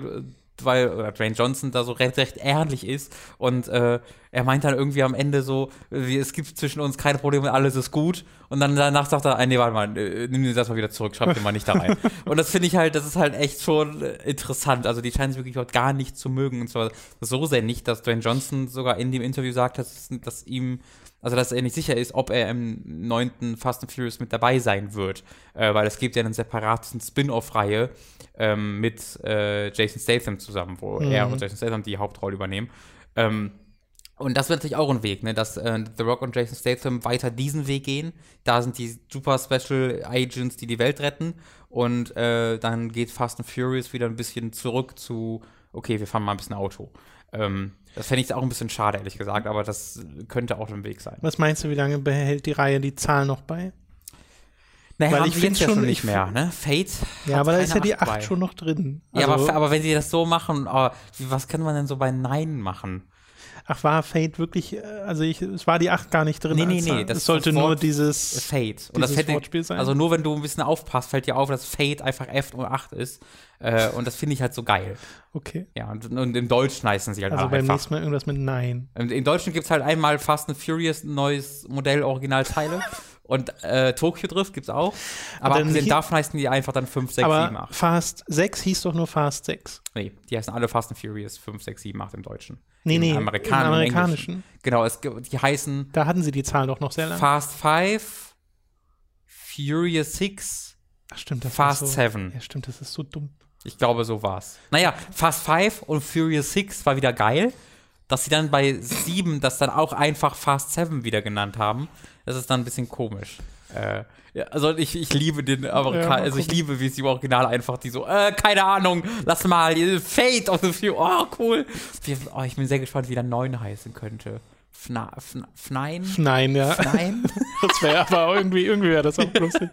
Dwayne Johnson da so recht ehrlich ist und er meint dann irgendwie am Ende so, es gibt zwischen uns keine Probleme, alles ist gut und dann danach sagt er, nee, warte mal, nimm das mal wieder zurück, schreib den mal nicht da rein. Und das finde ich halt, das ist halt echt schon interessant, also die scheinen sich wirklich auch gar nicht zu mögen und zwar so sehr nicht, dass Dwayne Johnson sogar in dem Interview sagt, dass er nicht sicher ist, ob er im 9. Fast and Furious mit dabei sein wird, weil es gibt ja einen separaten Spin-off-Reihe mit Jason Statham zusammen, wo er und Jason Statham die Hauptrolle übernehmen. Und das wird natürlich auch ein Weg, ne, dass The Rock und Jason Statham weiter diesen Weg gehen. Da sind die super Special Agents, die Welt retten. Und dann geht Fast and Furious wieder ein bisschen zurück zu, okay, wir fahren mal ein bisschen Auto. Das fände ich auch ein bisschen schade, ehrlich gesagt, aber das könnte auch ein Weg sein. Was meinst du, wie lange behält die Reihe die Zahl noch bei? Naja, weil ich finde schon nicht mehr, ne? Fate. Ja, aber da ist ja die 8 schon noch drin. Also, ja, aber wenn sie das so machen, was kann man denn so bei 9 machen? Ach, war Fate wirklich, es war die 8 gar nicht drin. Nee, das sollte das nur dieses Fate. Und das Wortspiel sein. Also nur wenn du ein bisschen aufpasst, fällt dir auf, dass Fate einfach F und 8 ist. Und das finde ich halt so geil. Okay. Ja, und im Deutschen heißen sie halt also einfach. Also beim nächsten Mal irgendwas mit Nein. Im Deutschen gibt es halt einmal Fast and Furious, ein neues Modell, Originalteile. Und Tokyo Drift gibt's auch. Aber abgesehen davon heißen die einfach dann 5, 6, 7, 8. Fast 6 hieß doch nur Fast 6. Nee, die heißen alle Fast and Furious 5, 6, 7, 8 im Deutschen. Nee, im amerikanischen. Genau, die heißen. Da hatten sie die Zahl doch noch sehr lange. Fast 5, Furious 6, ach, stimmt, das Fast so, 7. Ja, stimmt, das ist so dumm. Ich glaube, so war's. Naja, Fast 5 und Furious 6 war wieder geil. Dass sie dann bei 7 das dann auch einfach Fast 7 wieder genannt haben, das ist dann ein bisschen komisch. Ja, also ich liebe den also ich liebe, wie es im Original einfach die so, keine Ahnung, lass mal, Fate of the Future, oh cool. Ich bin sehr gespannt, wie der 9 heißen könnte. Fnein? Fnein, ja. Fnein? Das wäre aber auch irgendwie wäre das auch lustig.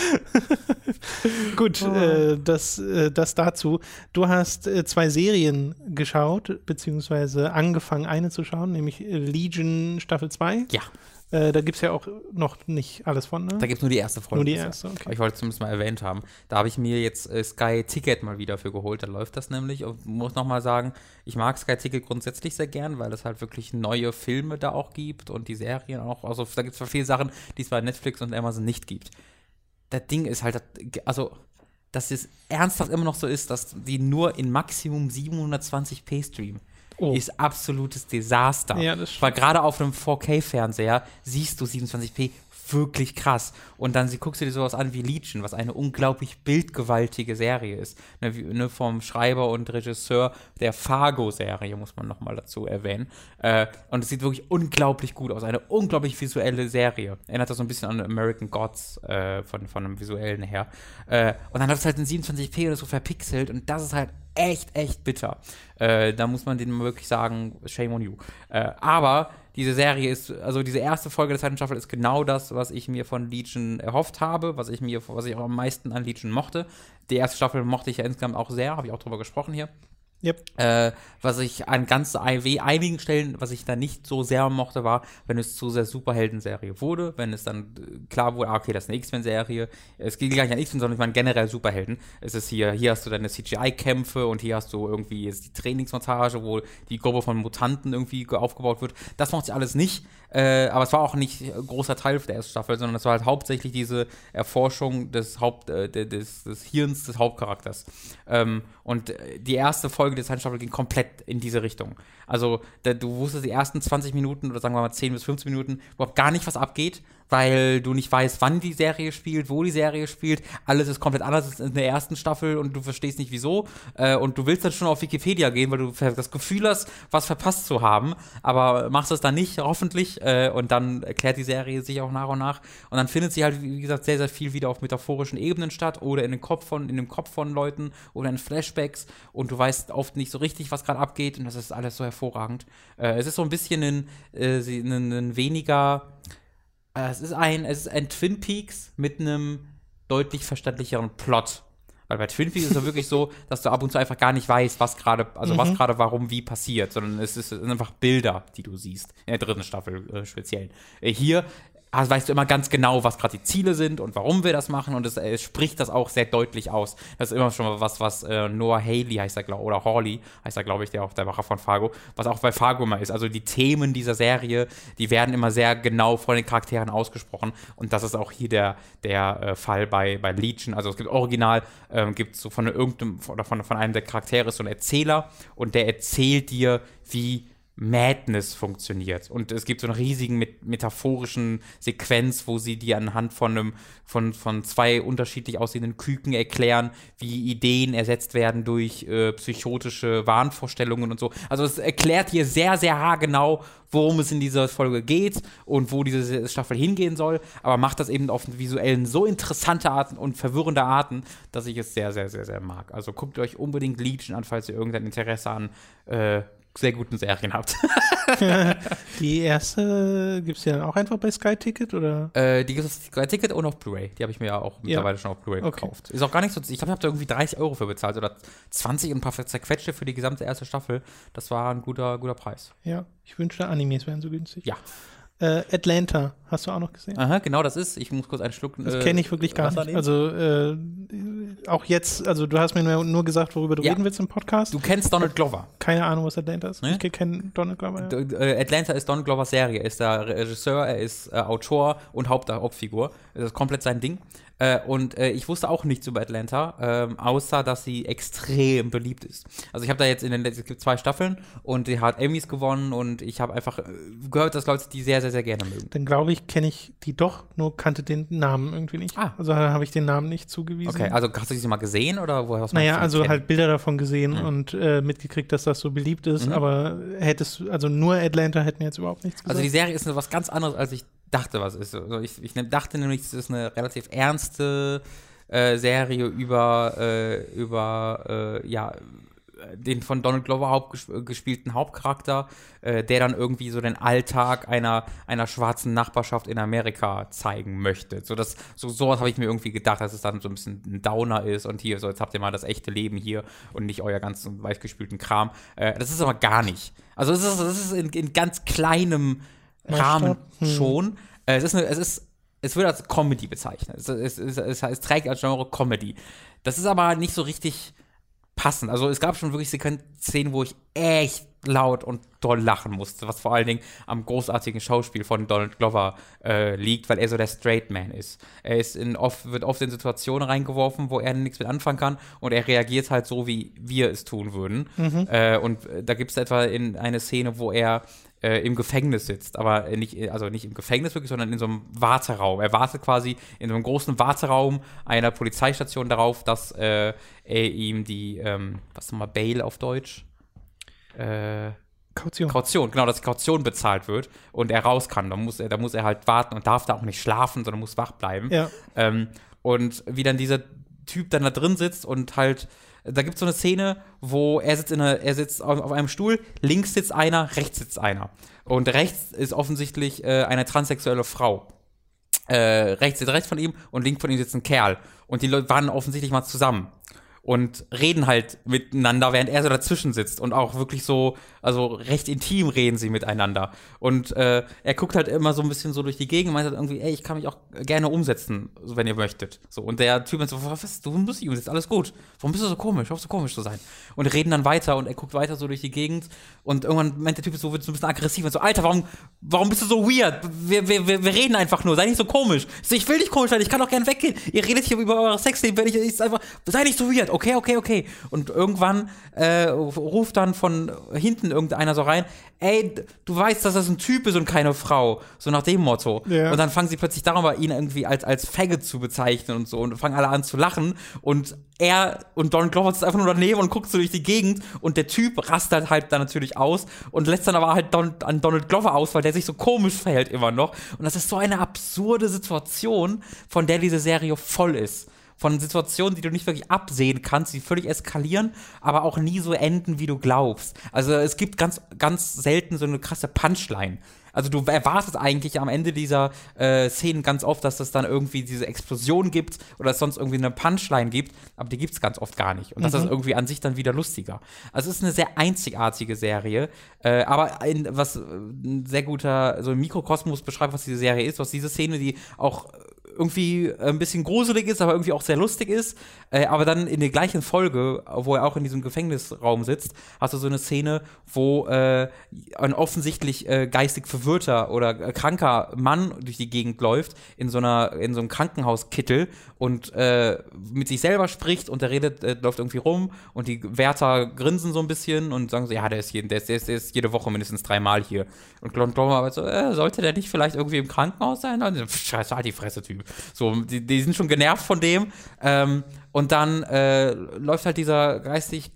Gut, das dazu. Du hast 2 Serien geschaut, beziehungsweise angefangen, eine zu schauen, nämlich Legion Staffel 2. Ja. Da gibt es ja auch noch nicht alles von, ne? Da gibt es nur die erste Folge. Nur die erste, okay. Aber ich wollte es zumindest mal erwähnt haben. Da habe ich mir jetzt Sky Ticket mal wieder für geholt. Da läuft das nämlich. Und muss nochmal sagen, ich mag Sky Ticket grundsätzlich sehr gern, weil es halt wirklich neue Filme da auch gibt und die Serien auch. Also da gibt es viele Sachen, die es bei Netflix und Amazon nicht gibt. Das Ding ist halt, also dass es ernsthaft immer noch so ist, dass die nur in Maximum 720p streamen. Ist absolutes Desaster. Ja, das stimmt. Weil gerade auf einem 4K-Fernseher siehst du 27p wirklich krass. Und dann guckst du dir sowas an wie Legion, was eine unglaublich bildgewaltige Serie ist. Vom Schreiber und Regisseur der Fargo-Serie, muss man nochmal dazu erwähnen. Und es sieht wirklich unglaublich gut aus. Eine unglaublich visuelle Serie. Erinnert das so ein bisschen an American Gods von einem visuellen her. Und dann läuft es halt in 27p oder so verpixelt und das ist halt echt bitter. Da muss man denen wirklich sagen, shame on you. Aber diese Serie ist, also diese erste Folge der 2. Staffel ist genau das, was ich mir von Legion erhofft habe, was ich auch am meisten an Legion mochte. Die erste Staffel mochte ich ja insgesamt auch sehr, habe ich auch drüber gesprochen hier. Yep. Was ich an ganz einigen Stellen, was ich da nicht so sehr mochte, war, wenn es zu sehr Superhelden-Serie wurde, wenn es dann klar wurde, okay, das ist eine X-Men-Serie. Es geht gar nicht an X-Men, sondern ich meine generell Superhelden. Es ist hier hast du deine CGI-Kämpfe und hier hast du irgendwie die Trainingsmontage, wo die Gruppe von Mutanten irgendwie aufgebaut wird. Das mochte ich alles nicht, aber es war auch nicht ein großer Teil der ersten Staffel, sondern es war halt hauptsächlich diese Erforschung des Hirns des Hauptcharakters. Und die erste Folge der 2. Staffel ging komplett in diese Richtung. Also du wusstest die ersten 20 Minuten oder sagen wir mal 10 bis 15 Minuten überhaupt gar nicht, was abgeht, weil du nicht weißt, wann die Serie spielt, wo die Serie spielt. Alles ist komplett anders als in der ersten Staffel und du verstehst nicht, wieso. Und du willst dann schon auf Wikipedia gehen, weil du das Gefühl hast, was verpasst zu haben, aber machst es dann nicht, hoffentlich. Und dann erklärt die Serie sich auch nach und nach. Und dann findet sie halt, wie gesagt, sehr, sehr viel wieder auf metaphorischen Ebenen statt oder in dem Kopf von Leuten oder in Flashbacks. Und du weißt oft nicht so richtig, was gerade abgeht. Und das ist alles so hervorragend. Es ist so ein bisschen ein weniger... Es ist ein Twin Peaks mit einem deutlich verständlicheren Plot. Weil bei Twin Peaks ist es wirklich so, dass du ab und zu einfach gar nicht weißt, was gerade, warum, wie passiert, sondern es sind einfach Bilder, die du siehst. In der 3. Staffel speziell. Hier weißt du immer ganz genau, was gerade die Ziele sind und warum wir das machen und es spricht das auch sehr deutlich aus. Das ist immer schon mal was Noah Hawley heißt er, oder Hawley heißt er, glaube ich, der Macher von Fargo, was auch bei Fargo immer ist. Also die Themen dieser Serie, die werden immer sehr genau von den Charakteren ausgesprochen und das ist auch hier der Fall bei Legion. Also es gibt original, gibt es so von einem der Charaktere ist so ein Erzähler und der erzählt dir, wie Madness funktioniert. Und es gibt so eine riesigen metaphorischen Sequenz, wo sie dir anhand von 2 unterschiedlich aussehenden Küken erklären, wie Ideen ersetzt werden durch psychotische Wahnvorstellungen und so. Also es erklärt hier sehr, sehr haargenau, worum es in dieser Folge geht und wo diese Staffel hingehen soll, aber macht das eben auf visuellen so interessante Arten und verwirrende Arten, dass ich es sehr, sehr, sehr, sehr mag. Also guckt euch unbedingt Legion an, falls ihr irgendein Interesse an sehr guten Serien habt. Die erste gibt es ja dann auch einfach bei Sky Ticket, oder? Die gibt es Sky Ticket und auf Blu-ray. Die habe ich mir ja auch mittlerweile schon auf Blu-ray gekauft. Ist auch gar nicht so, ich glaube, ich habe da irgendwie 30 € für bezahlt oder 20 und ein paar zerquetschte für die gesamte erste Staffel. Das war ein guter Preis. Ja, ich wünschte, Animes wären so günstig. Ja. Atlanta, hast du auch noch gesehen? Aha, genau, das ist. Ich muss kurz einen Schluck. Das kenne ich wirklich gar nicht. Also, auch jetzt, also du hast mir nur gesagt, worüber du reden willst im Podcast. Du kennst Donald Glover. Keine Ahnung, was Atlanta ist. Ich kenne keinen Donald Glover. Ja. Atlanta ist Donald Glovers Serie. Er ist der Regisseur, er ist Autor und Hauptfigur. Das ist komplett sein Ding. Und ich wusste auch nichts über Atlanta, außer dass sie extrem beliebt ist. Also ich habe da jetzt es gibt 2 Staffeln und die hat Emmys gewonnen und ich habe einfach gehört, dass Leute die sehr, sehr, sehr gerne mögen. Dann glaube ich, kenne ich die doch, nur kannte den Namen irgendwie nicht. Also habe ich den Namen nicht zugewiesen. Okay, also hast du sie mal gesehen oder woher hast du Naja, also halt Bilder davon gesehen und mitgekriegt, dass das so beliebt ist, aber nur Atlanta hätte mir jetzt überhaupt nichts gesagt. Also die Serie ist was ganz anderes, als ich dachte, was ist. Also ich dachte nämlich, es ist eine relativ ernste Serie über den von Donald Glover gespielten Hauptcharakter, der dann irgendwie so den Alltag einer schwarzen Nachbarschaft in Amerika zeigen möchte. Sowas habe ich mir irgendwie gedacht, dass es dann so ein bisschen ein Downer ist und hier, so jetzt habt ihr mal das echte Leben hier und nicht euer ganzen weichgespülten Kram. Das ist aber gar nicht. Also es ist in ganz kleinem Rahmen schon. Es wird als Comedy bezeichnet. Es trägt als Genre Comedy. Das ist aber nicht so richtig passend. Also es gab schon wirklich Szenen, wo ich echt laut und doll lachen musste, was vor allen Dingen am großartigen Schauspiel von Donald Glover liegt, weil er so der Straight Man ist. Er wird oft in Situationen reingeworfen, wo er nichts mit anfangen kann und er reagiert halt so, wie wir es tun würden. Und da gibt es etwa eine Szene, wo er im Gefängnis sitzt, aber nicht im Gefängnis wirklich, sondern in so einem Warteraum. Er wartet quasi in so einem großen Warteraum einer Polizeistation darauf, dass er ihm die, was nochmal, Bail auf Deutsch? Kaution, genau, dass die Kaution bezahlt wird und er raus kann. Da muss er halt warten und darf da auch nicht schlafen, sondern muss wach bleiben. Ja. Und wie dann dieser Typ dann da drin sitzt und halt da gibt es so eine Szene, wo er sitzt auf einem Stuhl, links sitzt einer, rechts sitzt einer. Und rechts ist offensichtlich eine transsexuelle Frau. Rechts sitzt rechts von ihm und links von ihm sitzt ein Kerl. Und die Leute waren offensichtlich mal zusammen. Und reden halt miteinander, während er so dazwischen sitzt. Und auch wirklich so, also recht intim reden sie miteinander. Und er guckt halt immer so ein bisschen so durch die Gegend und meint halt irgendwie, ey, ich kann mich auch gerne umsetzen, wenn ihr möchtet. So, und der Typ meint so, was, du musst dich umsetzen, alles gut. Warum bist du so komisch? Hör auf, so komisch zu sein. Und reden dann weiter und er guckt weiter so durch die Gegend. Und irgendwann meint der Typ so, wird so ein bisschen aggressiv und so, Alter, warum bist du so weird? Wir reden einfach nur, sei nicht so komisch. Ich will nicht komisch sein, ich kann doch gerne weggehen. Ihr redet hier über eure Sexleben, sei nicht so weird. Okay. Und irgendwann ruft dann von hinten irgendeiner so rein, ey, du weißt, dass das ein Typ ist und keine Frau. So nach dem Motto. Ja. Und dann fangen sie plötzlich darüber, ihn irgendwie als Faggot zu bezeichnen und so. Und fangen alle an zu lachen. Und er und Donald Glover sitzt einfach nur daneben und guckt so durch die Gegend. Und der Typ rastet halt dann natürlich aus und lässt dann aber halt an Donald Glover aus, weil der sich so komisch verhält immer noch. Und das ist so eine absurde Situation, von der diese Serie voll ist. Von Situationen, die du nicht wirklich absehen kannst, die völlig eskalieren, aber auch nie so enden, wie du glaubst. Also es gibt ganz, ganz selten so eine krasse Punchline. Also du erwartest eigentlich am Ende dieser Szenen ganz oft, dass es dann irgendwie diese Explosion gibt oder es sonst irgendwie eine Punchline gibt, aber die gibt es ganz oft gar nicht. Und das ist irgendwie an sich dann wieder lustiger. Also es ist eine sehr einzigartige Serie, aber was ein sehr guter, so ein Mikrokosmos beschreibt, was diese Serie ist, was diese Szene, die auch irgendwie ein bisschen gruselig ist, aber irgendwie auch sehr lustig ist. Aber dann in der gleichen Folge, wo er auch in diesem Gefängnisraum sitzt, hast du so eine Szene, wo ein offensichtlich geistig verwirrter oder kranker Mann durch die Gegend läuft, in so einem Krankenhauskittel und mit sich selber spricht und der läuft irgendwie rum und die Wärter grinsen so ein bisschen und sagen so, ja, der ist jede Woche mindestens 3 Mal hier. Und Glover so, sollte der nicht vielleicht irgendwie im Krankenhaus sein? Und, scheiße, halt die Fresse, Typ. So, die sind schon genervt von dem. Und dann läuft halt dieser geistig,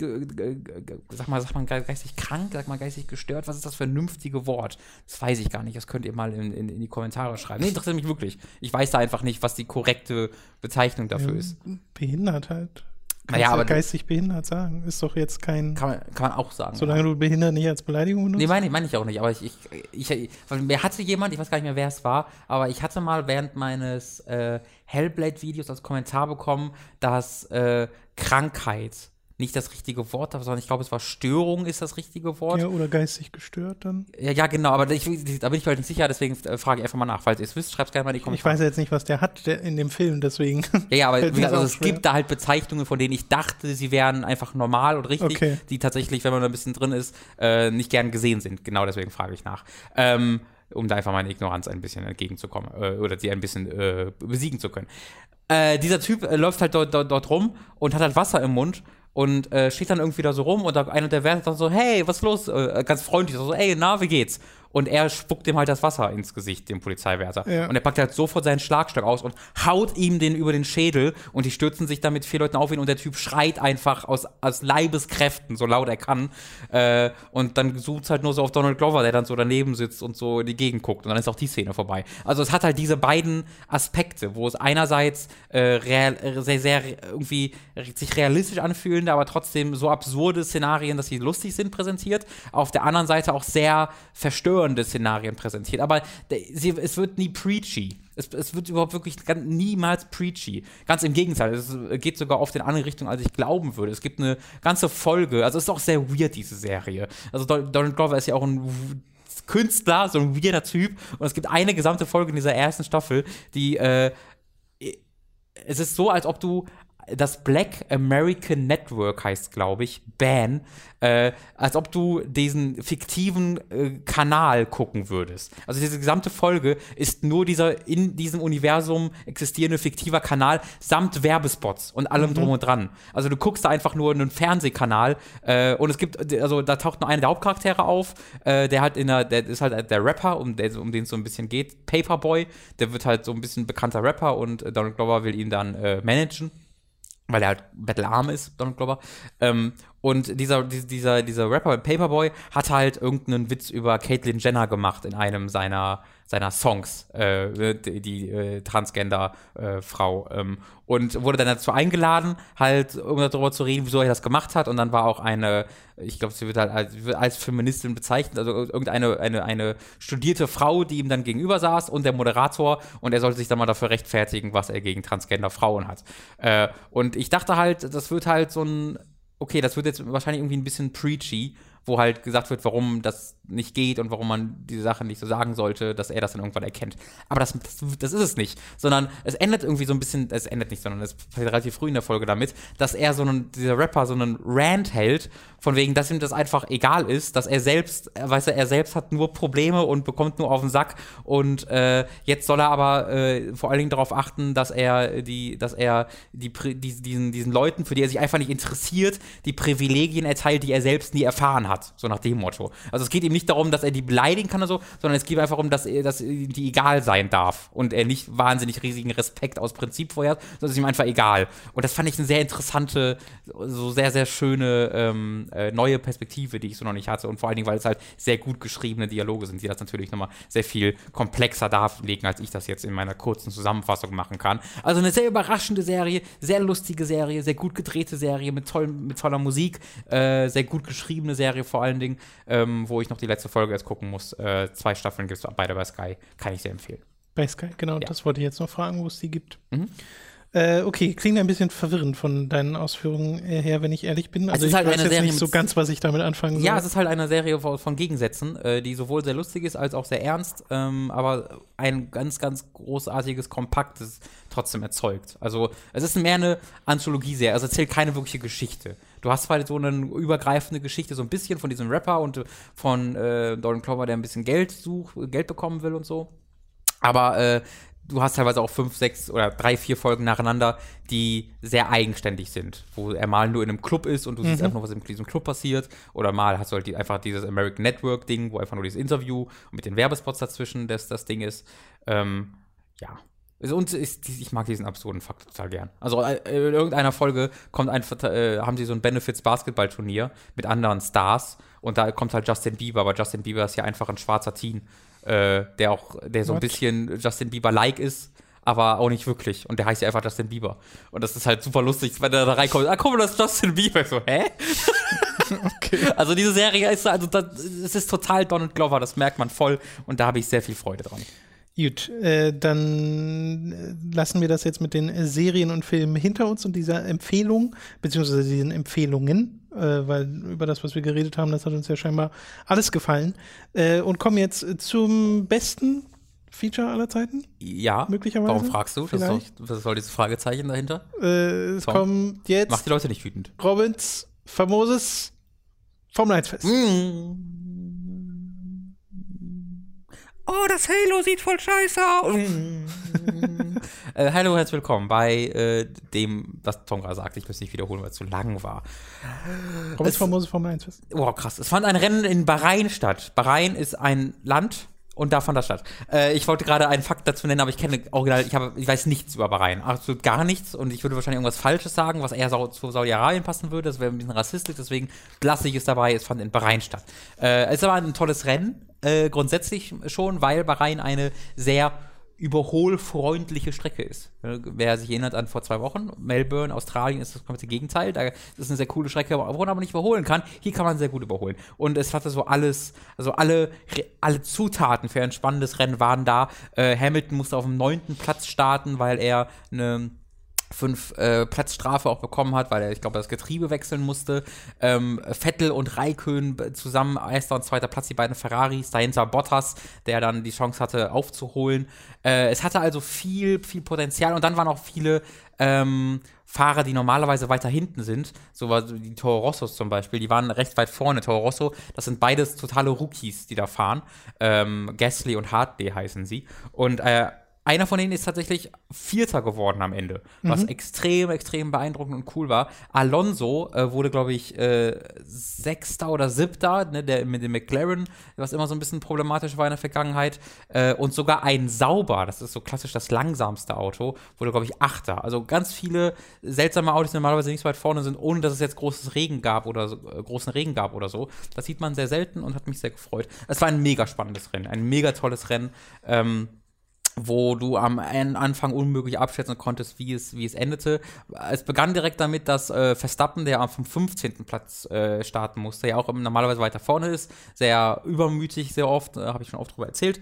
sagt man geistig krank, sagt man geistig gestört. Was ist das für ein vernünftige Wort? Das weiß ich gar nicht. Das könnt ihr mal in die Kommentare schreiben. Nee, interessiert mich wirklich. Ich weiß da einfach nicht, was die korrekte Bezeichnung dafür ist. Behindert halt. Naja, aber geistig behindert sagen. Ist doch jetzt kein. Kann man auch sagen. Solange du behindert nicht als Beleidigung benutzt? Nee, meine ich auch nicht. Aber mir hatte jemand, ich weiß gar nicht mehr, wer es war, aber ich hatte mal während meines Hellblade-Videos als Kommentar bekommen, dass Krankheit nicht das richtige Wort, sondern ich glaube, es war Störung ist das richtige Wort. Ja, oder geistig gestört dann. Ja, genau, aber da bin ich halt nicht sicher, deswegen frage ich einfach mal nach. Falls ihr es wisst, schreibt es gerne mal in die Kommentare. Ich weiß jetzt nicht, was der hat in dem Film, deswegen. Ja, aber es gibt da halt Bezeichnungen, von denen ich dachte, sie wären einfach normal und richtig, die tatsächlich, wenn man da ein bisschen drin ist, nicht gern gesehen sind. Genau deswegen frage ich nach. Um da einfach meine Ignoranz ein bisschen entgegenzukommen oder sie ein bisschen besiegen zu können. Dieser Typ läuft halt dort rum und hat halt Wasser im Mund und steht dann irgendwie da so rum und einer der Wärter dann so, hey, was ist los? Ganz freundlich, so, ey, na, wie geht's? und er spuckt ihm halt das Wasser ins Gesicht, dem Polizeiwärter. Ja. Und er packt halt sofort seinen Schlagstock aus und haut ihm den über den Schädel und die stürzen sich dann mit 4 Leuten auf ihn und der Typ schreit einfach aus Leibeskräften, so laut er kann. Und dann zoomt es halt nur so auf Donald Glover, der dann so daneben sitzt und so in die Gegend guckt und dann ist auch die Szene vorbei. Also es hat halt diese beiden Aspekte, wo es einerseits sehr irgendwie sich realistisch anfühlende, aber trotzdem so absurde Szenarien, dass sie lustig sind, präsentiert. Auf der anderen Seite auch sehr verstörende Szenarien präsentiert. Aber es wird nie preachy. Es wird überhaupt wirklich niemals preachy. Ganz im Gegenteil, es geht sogar oft in andere Richtungen, als ich glauben würde. Es gibt eine ganze Folge, also es ist auch sehr weird, diese Serie. Also Donald Glover ist ja auch ein Künstler, so ein weirder Typ. Und es gibt eine gesamte Folge in dieser ersten Staffel, die es ist so, als ob du das Black American Network heißt, glaube ich, BAN, als ob du diesen fiktiven Kanal gucken würdest. Also diese gesamte Folge ist nur dieser in diesem Universum existierende fiktiver Kanal samt Werbespots und allem drum und dran. Also du guckst da einfach nur einen Fernsehkanal und es gibt, also da taucht nur einer der Hauptcharaktere auf, der ist halt der Rapper, um den es so ein bisschen geht, Paperboy, der wird halt so ein bisschen bekannter Rapper und Donald Glover will ihn dann managen, weil er halt battlearm ist, Donald Glover. Und dieser Rapper, Paperboy, hat halt irgendeinen Witz über Caitlyn Jenner gemacht in einem seiner Songs, die Transgender-Frau. Und wurde dann dazu eingeladen, halt, um darüber zu reden, wieso er das gemacht hat. Und dann war auch ich glaube, sie wird halt als Feministin bezeichnet, also eine studierte Frau, die ihm dann gegenüber saß und der Moderator. Und er sollte sich dann mal dafür rechtfertigen, was er gegen Transgender-Frauen hat. Und ich dachte halt, das wird halt okay, das wird jetzt wahrscheinlich irgendwie ein bisschen preachy, wo halt gesagt wird, warum das nicht geht und warum man diese Sache nicht so sagen sollte, dass er das dann irgendwann erkennt. Aber das ist es nicht, sondern es endet irgendwie so ein bisschen, es endet nicht, sondern es passiert relativ früh in der Folge damit, dass er dieser Rapper so einen Rant hält, von wegen, dass ihm das einfach egal ist, dass er selbst hat nur Probleme und bekommt nur auf den Sack und jetzt soll er aber vor allen Dingen darauf achten, dass er diesen Leuten, für die er sich einfach nicht interessiert, die Privilegien erteilt, die er selbst nie erfahren hat, so nach dem Motto. Also es geht ihm nicht darum, dass er die beleidigen kann oder so, sondern es geht einfach darum, dass die egal sein darf und er nicht wahnsinnig riesigen Respekt aus Prinzip vorher hat, sondern es ist ihm einfach egal. Und das fand ich eine sehr interessante, so sehr, sehr schöne neue Perspektive, die ich so noch nicht hatte und vor allen Dingen, weil es halt sehr gut geschriebene Dialoge sind, die das natürlich nochmal sehr viel komplexer darlegen, als ich das jetzt in meiner kurzen Zusammenfassung machen kann. Also eine sehr überraschende Serie, sehr lustige Serie, sehr gut gedrehte Serie mit toller Musik, sehr gut geschriebene Serie vor allen Dingen, wo ich noch die letzte Folge jetzt gucken muss. 2 Staffeln gibt es beide bei Sky, kann ich sehr empfehlen. Bei Sky, genau, ja. Das wollte ich jetzt noch fragen, wo es die gibt. Mhm. Okay, klingt ein bisschen verwirrend von deinen Ausführungen her, wenn ich ehrlich bin. Also ich weiß jetzt nicht so ganz, was ich damit anfangen soll. Ja, es ist halt eine Serie von Gegensätzen, die sowohl sehr lustig ist, als auch sehr ernst, aber ein ganz, ganz großartiges, kompaktes trotzdem erzeugt. Also es ist mehr eine Anthologie-Serie, also erzählt keine wirkliche Geschichte. Du hast zwar so eine übergreifende Geschichte, so ein bisschen von diesem Rapper und von Donald Glover, der ein bisschen Geld bekommen will und so, aber du hast teilweise auch 5, 6 oder 3, 4 Folgen nacheinander, die sehr eigenständig sind, wo er mal nur in einem Club ist und du siehst einfach nur, was in diesem Club passiert, oder mal hast du halt einfach dieses American Network Ding, wo einfach nur dieses Interview mit den Werbespots dazwischen das Ding ist. Ja. Und ich mag diesen absurden Fakt total gern. Also in irgendeiner Folge haben sie so ein Benefits-Basketball-Turnier mit anderen Stars und da kommt halt Justin Bieber, aber Justin Bieber ist ja einfach ein schwarzer Teen, der so ein bisschen Justin Bieber-like ist, aber auch nicht wirklich. Und der heißt ja einfach Justin Bieber. Und das ist halt super lustig, wenn er da reinkommt. Guck mal, das ist Justin Bieber. So, hä? Okay. Also diese Serie ist, es ist total Donald Glover, das merkt man voll. Und da habe ich sehr viel Freude dran. Gut, dann lassen wir das jetzt mit den Serien und Filmen hinter uns und dieser Empfehlung, beziehungsweise diesen Empfehlungen, weil über das, was wir geredet haben, das hat uns ja scheinbar alles gefallen. Und kommen jetzt zum besten Feature aller Zeiten? Ja, möglicherweise. Warum fragst du? Was soll dieses Fragezeichen dahinter? Es kommt jetzt. Macht die Leute nicht wütend. Robins famoses Formel 1 Fest. Oh, das Halo sieht voll scheiße aus. Hallo und herzlich willkommen bei dem, was Tom gerade sagte. Ich muss nicht wiederholen, weil es zu lang war. Komm jetzt von Formel 1 fest. Wow, krass. Es fand ein Rennen in Bahrain statt. Bahrain ist ein Land und da fand das statt. Ich wollte gerade einen Fakt dazu nennen, aber ich kenne original, ich weiß nichts über Bahrain. Absolut gar nichts und ich würde wahrscheinlich irgendwas Falsches sagen, was eher zu Saudi-Arabien passen würde. Das wäre ein bisschen rassistisch, deswegen lasse ich es dabei. Es fand in Bahrain statt. Es war ein tolles Rennen, grundsätzlich schon, weil Bahrain eine sehr überholfreundliche Strecke ist. Wer sich erinnert an vor 2 Wochen, Melbourne, Australien ist das komplette Gegenteil. Da ist eine sehr coole Strecke, wo man aber nicht überholen kann. Hier kann man sehr gut überholen. Und es hatte so alles, also alle Zutaten für ein spannendes Rennen waren da. Hamilton musste auf dem 9. Platz starten, weil er eine 5 Platzstrafe auch bekommen hat, weil er, ich glaube, das Getriebe wechseln musste. Vettel und Räikkönen zusammen, 1. und 2. Platz, die beiden Ferraris, dahinter Bottas, der dann die Chance hatte, aufzuholen. Es hatte also viel Potenzial und dann waren auch viele Fahrer, die normalerweise weiter hinten sind, so war die Toro Rossos zum Beispiel, die waren recht weit vorne. Toro Rosso, das sind beides totale Rookies, die da fahren. Gasly und Hartley heißen sie. Und einer von denen ist tatsächlich Vierter geworden am Ende, was extrem beeindruckend und cool war. Alonso wurde, glaube ich, 6. oder 7., ne, der mit dem McLaren, was immer so ein bisschen problematisch war in der Vergangenheit. Und sogar ein Sauber, das ist so klassisch das langsamste Auto, wurde, glaube ich, 8. Also ganz viele seltsame Autos, die normalerweise nicht so weit vorne sind, ohne dass es jetzt großen Regen gab oder so. Das sieht man sehr selten und hat mich sehr gefreut. Es war ein mega spannendes Rennen, ein mega tolles Rennen. Wo du am Anfang unmöglich abschätzen konntest, wie es endete. Es begann direkt damit, dass Verstappen, der vom 15. Platz starten musste, ja auch normalerweise weiter vorne ist, sehr übermütig, sehr oft, habe ich schon oft drüber erzählt.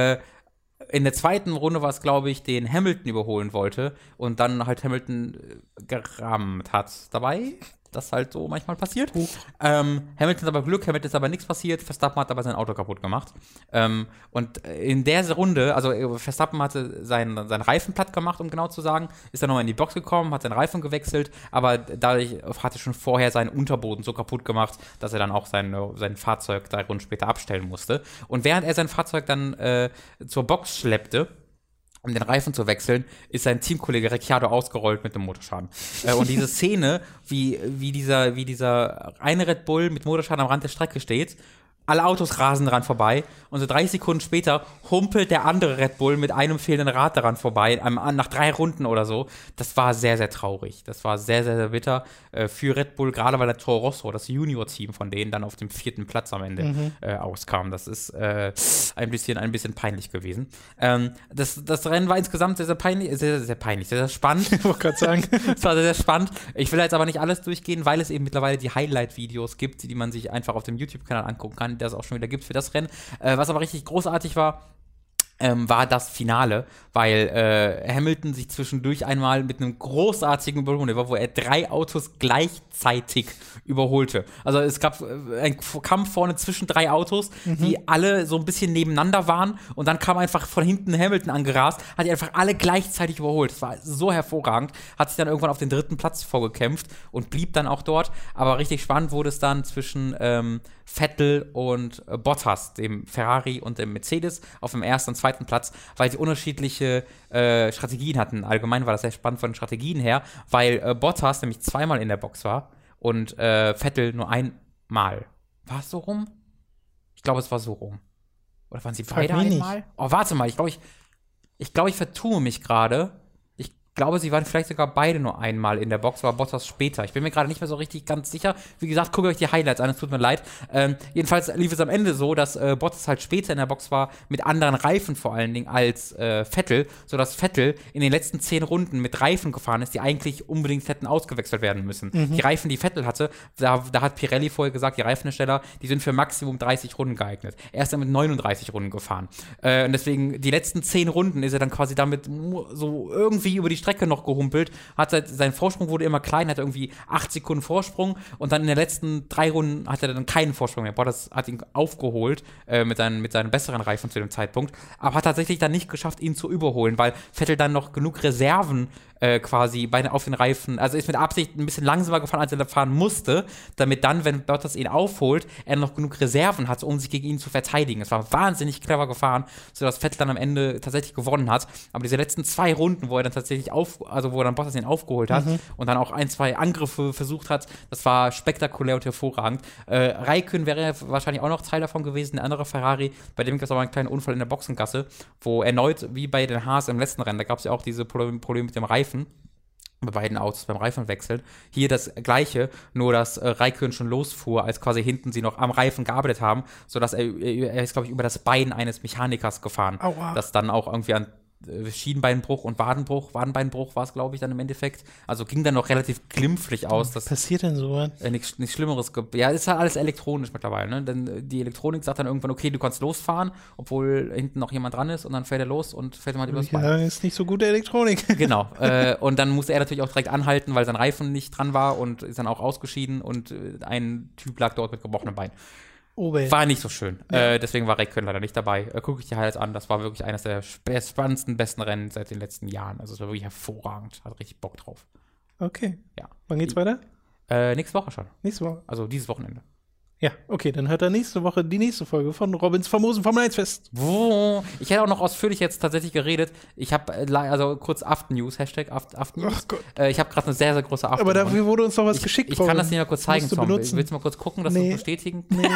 In der zweiten Runde war es, glaube ich, den Hamilton überholen wollte und dann halt Hamilton gerammt hat dabei. Das halt so manchmal passiert. Hamilton hat aber Glück, Hamilton ist aber nichts passiert. Verstappen hat aber sein Auto kaputt gemacht. Und in der Runde, also Verstappen hatte seinen Reifen platt gemacht, um genau zu sagen, ist dann nochmal in die Box gekommen, hat seinen Reifen gewechselt, aber dadurch hat er schon vorher seinen Unterboden so kaputt gemacht, dass er dann auch sein Fahrzeug 3 Runden später abstellen musste. Und während er sein Fahrzeug dann zur Box schleppte, um den Reifen zu wechseln, ist sein Teamkollege Ricciardo ausgerollt mit einem Motorschaden. Und diese Szene, wie dieser eine Red Bull mit Motorschaden am Rand der Strecke steht, alle Autos rasen dran vorbei und so 30 Sekunden später humpelt der andere Red Bull mit einem fehlenden Rad daran vorbei, nach 3 Runden oder so. Das war sehr, sehr traurig. Das war sehr, sehr, sehr bitter für Red Bull, gerade weil der Toro Rosso, das Junior-Team von denen, dann auf dem 4. Platz am Ende auskam. Das ist ein bisschen peinlich gewesen. Das Rennen war insgesamt sehr, sehr peinlich, sehr, sehr peinlich, sehr, sehr spannend. Ich wollte gerade sagen. Es war sehr, sehr spannend. Ich will jetzt aber nicht alles durchgehen, weil es eben mittlerweile die Highlight-Videos gibt, die man sich einfach auf dem YouTube-Kanal angucken kann, der es auch schon wieder gibt für das Rennen. Was aber richtig großartig war das Finale, weil Hamilton sich zwischendurch einmal mit einem großartigen Überholmanöver, wo er 3 Autos gleichzeitig überholte. Also es gab einen Kampf vorne zwischen 3 Autos, die alle so ein bisschen nebeneinander waren und dann kam einfach von hinten Hamilton angerast, hat die einfach alle gleichzeitig überholt. Das war so hervorragend, hat sich dann irgendwann auf den 3. Platz vorgekämpft und blieb dann auch dort, aber richtig spannend wurde es dann zwischen Vettel und Bottas, dem Ferrari und dem Mercedes, auf dem 1. und 2. Platz, weil sie unterschiedliche Strategien hatten. Allgemein war das sehr spannend von den Strategien her, weil Bottas nämlich 2-mal in der Box war und Vettel nur einmal. War es so rum? Ich glaube, es war so rum. Oder waren sie beide einmal? Oh, warte mal, ich glaube, ich vertue mich gerade. Ich glaube, sie waren vielleicht sogar beide nur einmal in der Box, aber Bottas später. Ich bin mir gerade nicht mehr so richtig ganz sicher. Wie gesagt, guckt euch die Highlights an, es tut mir leid. Jedenfalls lief es am Ende so, dass Bottas halt später in der Box war, mit anderen Reifen vor allen Dingen als Vettel, sodass Vettel in den letzten 10 Runden mit Reifen gefahren ist, die eigentlich unbedingt hätten ausgewechselt werden müssen. Die Reifen, die Vettel hatte, da hat Pirelli vorher gesagt, die Reifenhersteller, die sind für Maximum 30 Runden geeignet. Er ist dann mit 39 Runden gefahren. Und deswegen, die letzten 10 Runden ist er dann quasi damit so irgendwie über die Strecke noch gehumpelt, sein Vorsprung wurde immer kleiner, hat irgendwie 8 Sekunden Vorsprung und dann in den letzten 3 Runden hat er dann keinen Vorsprung mehr. Bottas hat ihn aufgeholt mit seinen besseren Reifen zu dem Zeitpunkt, aber hat tatsächlich dann nicht geschafft, ihn zu überholen, weil Vettel dann noch genug Reserven quasi auf den Reifen, also ist mit Absicht ein bisschen langsamer gefahren, als er fahren musste, damit dann, wenn Bottas ihn aufholt, er noch genug Reserven hat, um sich gegen ihn zu verteidigen. Es war wahnsinnig clever gefahren, sodass Vettel dann am Ende tatsächlich gewonnen hat. Aber diese letzten 2 Runden, wo er dann tatsächlich wo dann Bottas ihn aufgeholt hat und dann auch 1, 2 Angriffe versucht hat, das war spektakulär und hervorragend. Räikkönen wäre wahrscheinlich auch noch Teil davon gewesen, ein anderer Ferrari, bei dem gab es aber einen kleinen Unfall in der Boxengasse, wo erneut, wie bei den Haas im letzten Rennen, da gab es ja auch diese Probleme mit dem Reifen, bei beiden Autos beim Reifenwechsel. Hier das Gleiche, nur dass Räikkönen schon losfuhr, als quasi hinten sie noch am Reifen gearbeitet haben, sodass er ist, glaube ich, über das Bein eines Mechanikers gefahren. Aua. Das dann auch irgendwie an Schienbeinbruch und Wadenbeinbruch war es, glaube ich, dann im Endeffekt. Also ging dann noch relativ glimpflich aus. Was passiert denn so? Nichts Schlimmeres. Ja, ist halt alles elektronisch mittlerweile, ne? Denn die Elektronik sagt dann irgendwann, okay, du kannst losfahren, obwohl hinten noch jemand dran ist und dann fährt er los und fährt ihm halt über das Bein. Ja, ist nicht so gute Elektronik. Genau. Und dann musste er natürlich auch direkt anhalten, weil sein Reifen nicht dran war und ist dann auch ausgeschieden und ein Typ lag dort mit gebrochenem Bein. War nicht so schön. Ja. Deswegen war Räikkönen leider nicht dabei. Gucke ich die Highlights an. Das war wirklich eines der spannendsten, besten Rennen seit den letzten Jahren. Also es war wirklich hervorragend. Hat richtig Bock drauf. Okay. Ja. Wann geht's weiter? Nächste Woche schon. Nächste Woche? Also dieses Wochenende. Ja, okay, dann hört er nächste Woche die nächste Folge von Robins famosen Formel-1-Fest. Ich hätte auch noch ausführlich jetzt tatsächlich geredet. Ich habe, also kurz Afternews, Hashtag Afternews. Ach Gott. Ich habe gerade eine sehr, sehr große Afternews. Aber dafür wurde uns noch was geschickt. Ich kann das nicht mal kurz zeigen, Tom. Willst du mal kurz gucken, das zu bestätigen? Nee.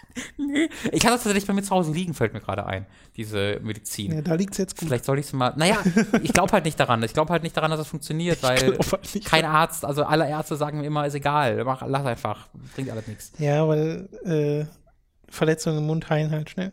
Nee. Ich hatte das tatsächlich bei mir zu Hause liegen, fällt mir gerade ein, diese Medizin. Ja, da liegt's jetzt gut. Vielleicht soll ich es mal, ich glaube halt nicht daran. Ich glaube halt nicht daran, dass es funktioniert, weil kein Arzt, also alle Ärzte sagen mir immer, ist egal, lass einfach, bringt alles nichts. Ja, weil Verletzungen im Mund heilen halt schnell.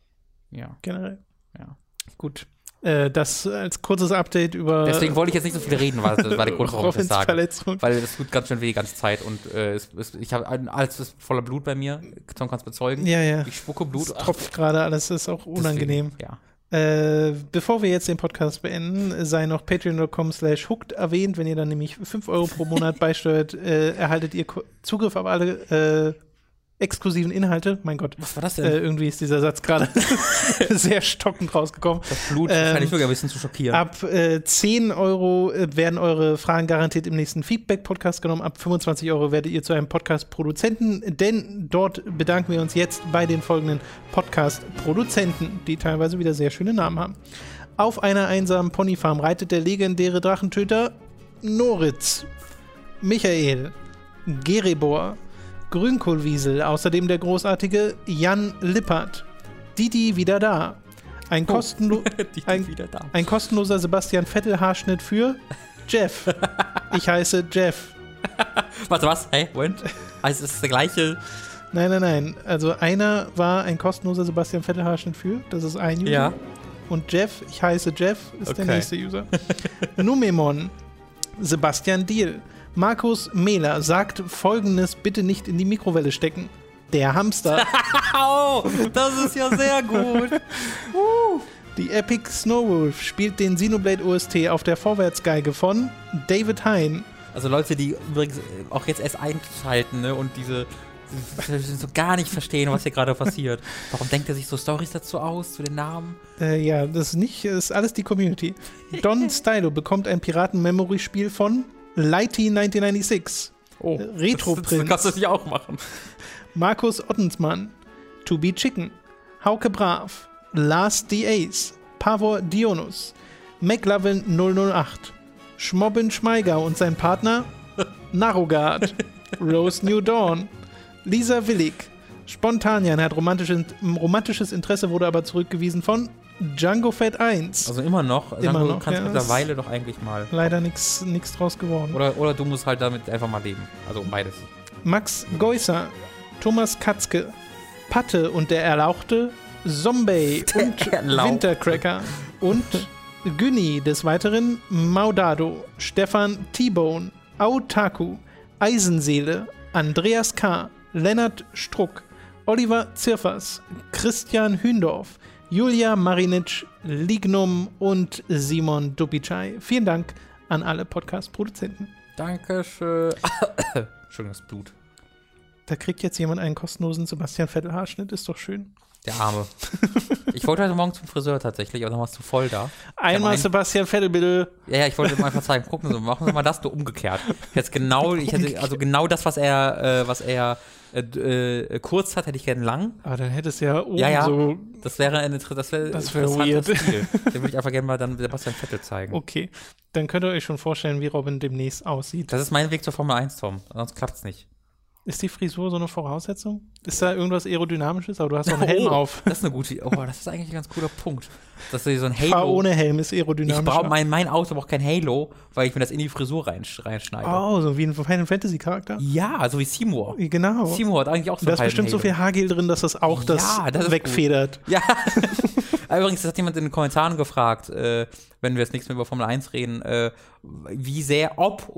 Ja. Generell. Ja. Gut. Das als kurzes Update über. Deswegen wollte ich jetzt nicht so viel reden, war der Grund, warum ich das sage. Verletzung. Weil das tut ganz schön weh die ganze Zeit und ich habe alles ist voller Blut bei mir. Tom kann es bezeugen. Ja. Ich spucke Blut. Es tropft gerade alles, ist auch unangenehm. Deswegen, ja. Bevor wir jetzt den Podcast beenden, sei noch patreon.com/hooked erwähnt. Wenn ihr dann nämlich 5 Euro pro Monat beisteuert, erhaltet ihr Zugriff auf alle exklusiven Inhalte. Mein Gott. Was war das denn? Irgendwie ist dieser Satz gerade sehr stockend rausgekommen. Das Blut scheint wirklich ein bisschen zu schockieren. Ab 10 Euro werden eure Fragen garantiert im nächsten Feedback-Podcast genommen. Ab 25 Euro werdet ihr zu einem Podcast-Produzenten, denn dort bedanken wir uns jetzt bei den folgenden Podcast-Produzenten, die teilweise wieder sehr schöne Namen haben. Auf einer einsamen Ponyfarm reitet der legendäre Drachentöter Noritz, Michael, Gerebor, Grünkohlwiesel, außerdem der großartige Jan Lippert. Didi wieder da. Ein kostenloser Sebastian Vettel-Haarschnitt für Jeff. Ich heiße Jeff. Warte, was? Hey, Moment. Also ist es der gleiche? Nein. Also einer war ein kostenloser Sebastian Vettel-Haarschnitt für, das ist ein User. Ja. Und Jeff, ich heiße Jeff, ist der nächste User. Numemon, Sebastian Diel. Markus Mehler sagt Folgendes bitte nicht in die Mikrowelle stecken. Der Hamster. Oh, das ist ja sehr gut. Die Epic Snowwolf spielt den Xenoblade OST auf der Vorwärtsgeige von David Hein. Also Leute, die übrigens auch jetzt erst einschalten, ne, und diese so gar nicht verstehen, was hier gerade passiert. Warum denkt er sich so Storys dazu aus, zu den Namen? Ja, das ist alles die Community. Don Stylo bekommt ein Piraten-Memory-Spiel von Lighty 1996. Oh, Retro-Prinz. Das kannst du natürlich auch machen. Markus Ottensmann. To Be Chicken. Hauke Brav. Lars D. Ace. Pavor Dionus. McLovin 008. Schmobbin Schmeiger und sein Partner Narogard. Rose New Dawn. Lisa Willig. Spontanian hat romantisches Interesse, wurde aber zurückgewiesen von Django Fett 1. Also immer noch? Django kannst ja, mittlerweile doch eigentlich mal. Leider nichts draus geworden. Oder du musst halt damit einfach mal leben. Also beides. Max Geusser, Thomas Katzke, Patte und der Erlauchte, Zombie und Wintercracker und Günni, des Weiteren Maudado, Stefan T-Bone, Autaku, Eisenseele, Andreas K., Lennart Struck, Oliver Zirfers, Christian Hündorf, Julia Marinic, Lignum und Simon Dupicai. Vielen Dank an alle Podcast-Produzenten. Dankeschön. Schönes Blut. Da kriegt jetzt jemand einen kostenlosen Sebastian Vettel-Haarschnitt, ist doch schön. Der Arme. Ich wollte heute Morgen zum Friseur tatsächlich, aber dann warst du voll da. Einmal Sebastian Vettel, bitte. Ja, ich wollte mal zeigen, gucken Sie, machen Sie mal das nur umgekehrt. Genau das, was er kurz hat, hätte ich gerne lang. Aber dann hätte es ja oben so. Das wäre weird. Stil. Den würde ich einfach gerne mal dann Sebastian Vettel zeigen. Okay, dann könnt ihr euch schon vorstellen, wie Robin demnächst aussieht. Das ist mein Weg zur Formel 1, Tom. Sonst klappt's nicht. Ist die Frisur so eine Voraussetzung? Ist da irgendwas Aerodynamisches? Aber du hast doch einen Helm auf. Das ist eine gute. Das ist eigentlich ein ganz cooler Punkt. Dass du so ein Halo. Fahr ohne Helm ist aerodynamischer. Mein Auto braucht kein Halo, weil ich mir das in die Frisur reinschneide. Oh, so wie ein Final Fantasy Charakter? Ja, so wie Seymour. Genau. Seymour hat eigentlich auch so ein Da ist bestimmt Halo. So viel Haargel drin, dass das auch das wegfedert. Ja. Übrigens, das hat jemand in den Kommentaren gefragt, wenn wir jetzt nichts mehr über Formel 1 reden, wie sehr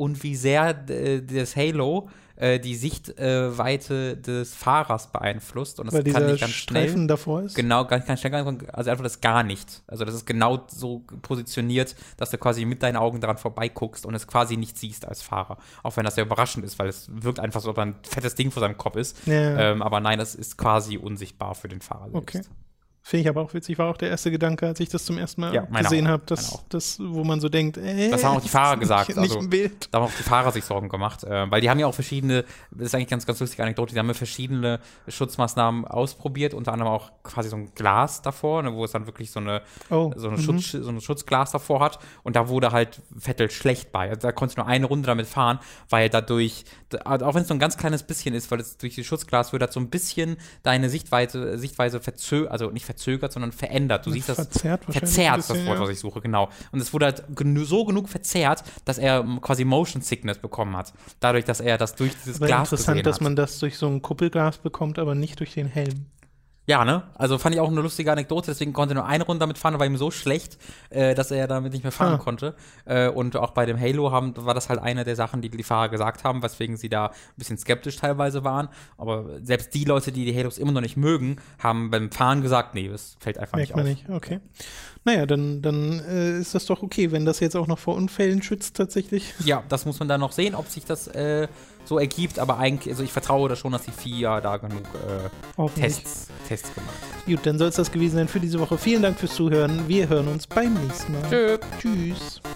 das Halo die Sichtweite des Fahrers beeinflusst. Und das weil kann nicht ganz schnell. Streifen davor ist? Genau, ganz schnell. Also einfach das gar nicht. Also das ist genau so positioniert, dass du quasi mit deinen Augen daran vorbeiguckst und es quasi nicht siehst als Fahrer. Auch wenn das sehr überraschend ist, weil es wirkt einfach so, ob da ein fettes Ding vor seinem Kopf ist. Ja. Aber nein, das ist quasi unsichtbar für den Fahrer selbst. Okay. Finde ich aber auch witzig, war auch der erste Gedanke, als ich das zum ersten Mal gesehen habe, das, wo man so denkt, das haben auch die Fahrer gesagt. Nicht im Bild. Da haben auch die Fahrer sich Sorgen gemacht, weil die haben ja auch verschiedene, das ist eigentlich ganz, ganz lustige Anekdote, die haben ja verschiedene Schutzmaßnahmen ausprobiert, unter anderem auch quasi so ein Glas davor, ne, wo es dann wirklich so ein Schutzglas davor hat und da wurde halt Vettel schlecht bei. Also da konntest du nur eine Runde damit fahren, weil dadurch, auch wenn es so ein ganz kleines bisschen ist, weil es durch die Schutzglas wird, hat so ein bisschen deine Sichtweise verzögert, sondern verändert. Du siehst das verzerrt ist das Wort, was ich suche, genau. Und es wurde halt so genug verzerrt, dass er quasi Motion Sickness bekommen hat. Dadurch, dass er das durch dieses Glas gesehen hat. Interessant, dass man das durch so ein Kuppelglas bekommt, aber nicht durch den Helm. Ja, ne? Also fand ich auch eine lustige Anekdote, deswegen konnte er nur eine Runde damit fahren, war ihm so schlecht, dass er damit nicht mehr fahren konnte. Und auch bei dem Halo war das halt eine der Sachen, die die Fahrer gesagt haben, weswegen sie da ein bisschen skeptisch teilweise waren. Aber selbst die Leute, die Halos immer noch nicht mögen, haben beim Fahren gesagt, nee, das fällt einfach nicht auf. Merkt man nicht, okay. Naja, dann ist das doch okay, wenn das jetzt auch noch vor Unfällen schützt tatsächlich. Ja, das muss man dann noch sehen, ob sich das so ergibt, aber eigentlich, also ich vertraue da schon, dass die FIA da genug Tests gemacht hat. Gut, dann soll es das gewesen sein für diese Woche. Vielen Dank fürs Zuhören. Wir hören uns beim nächsten Mal. Tschüss.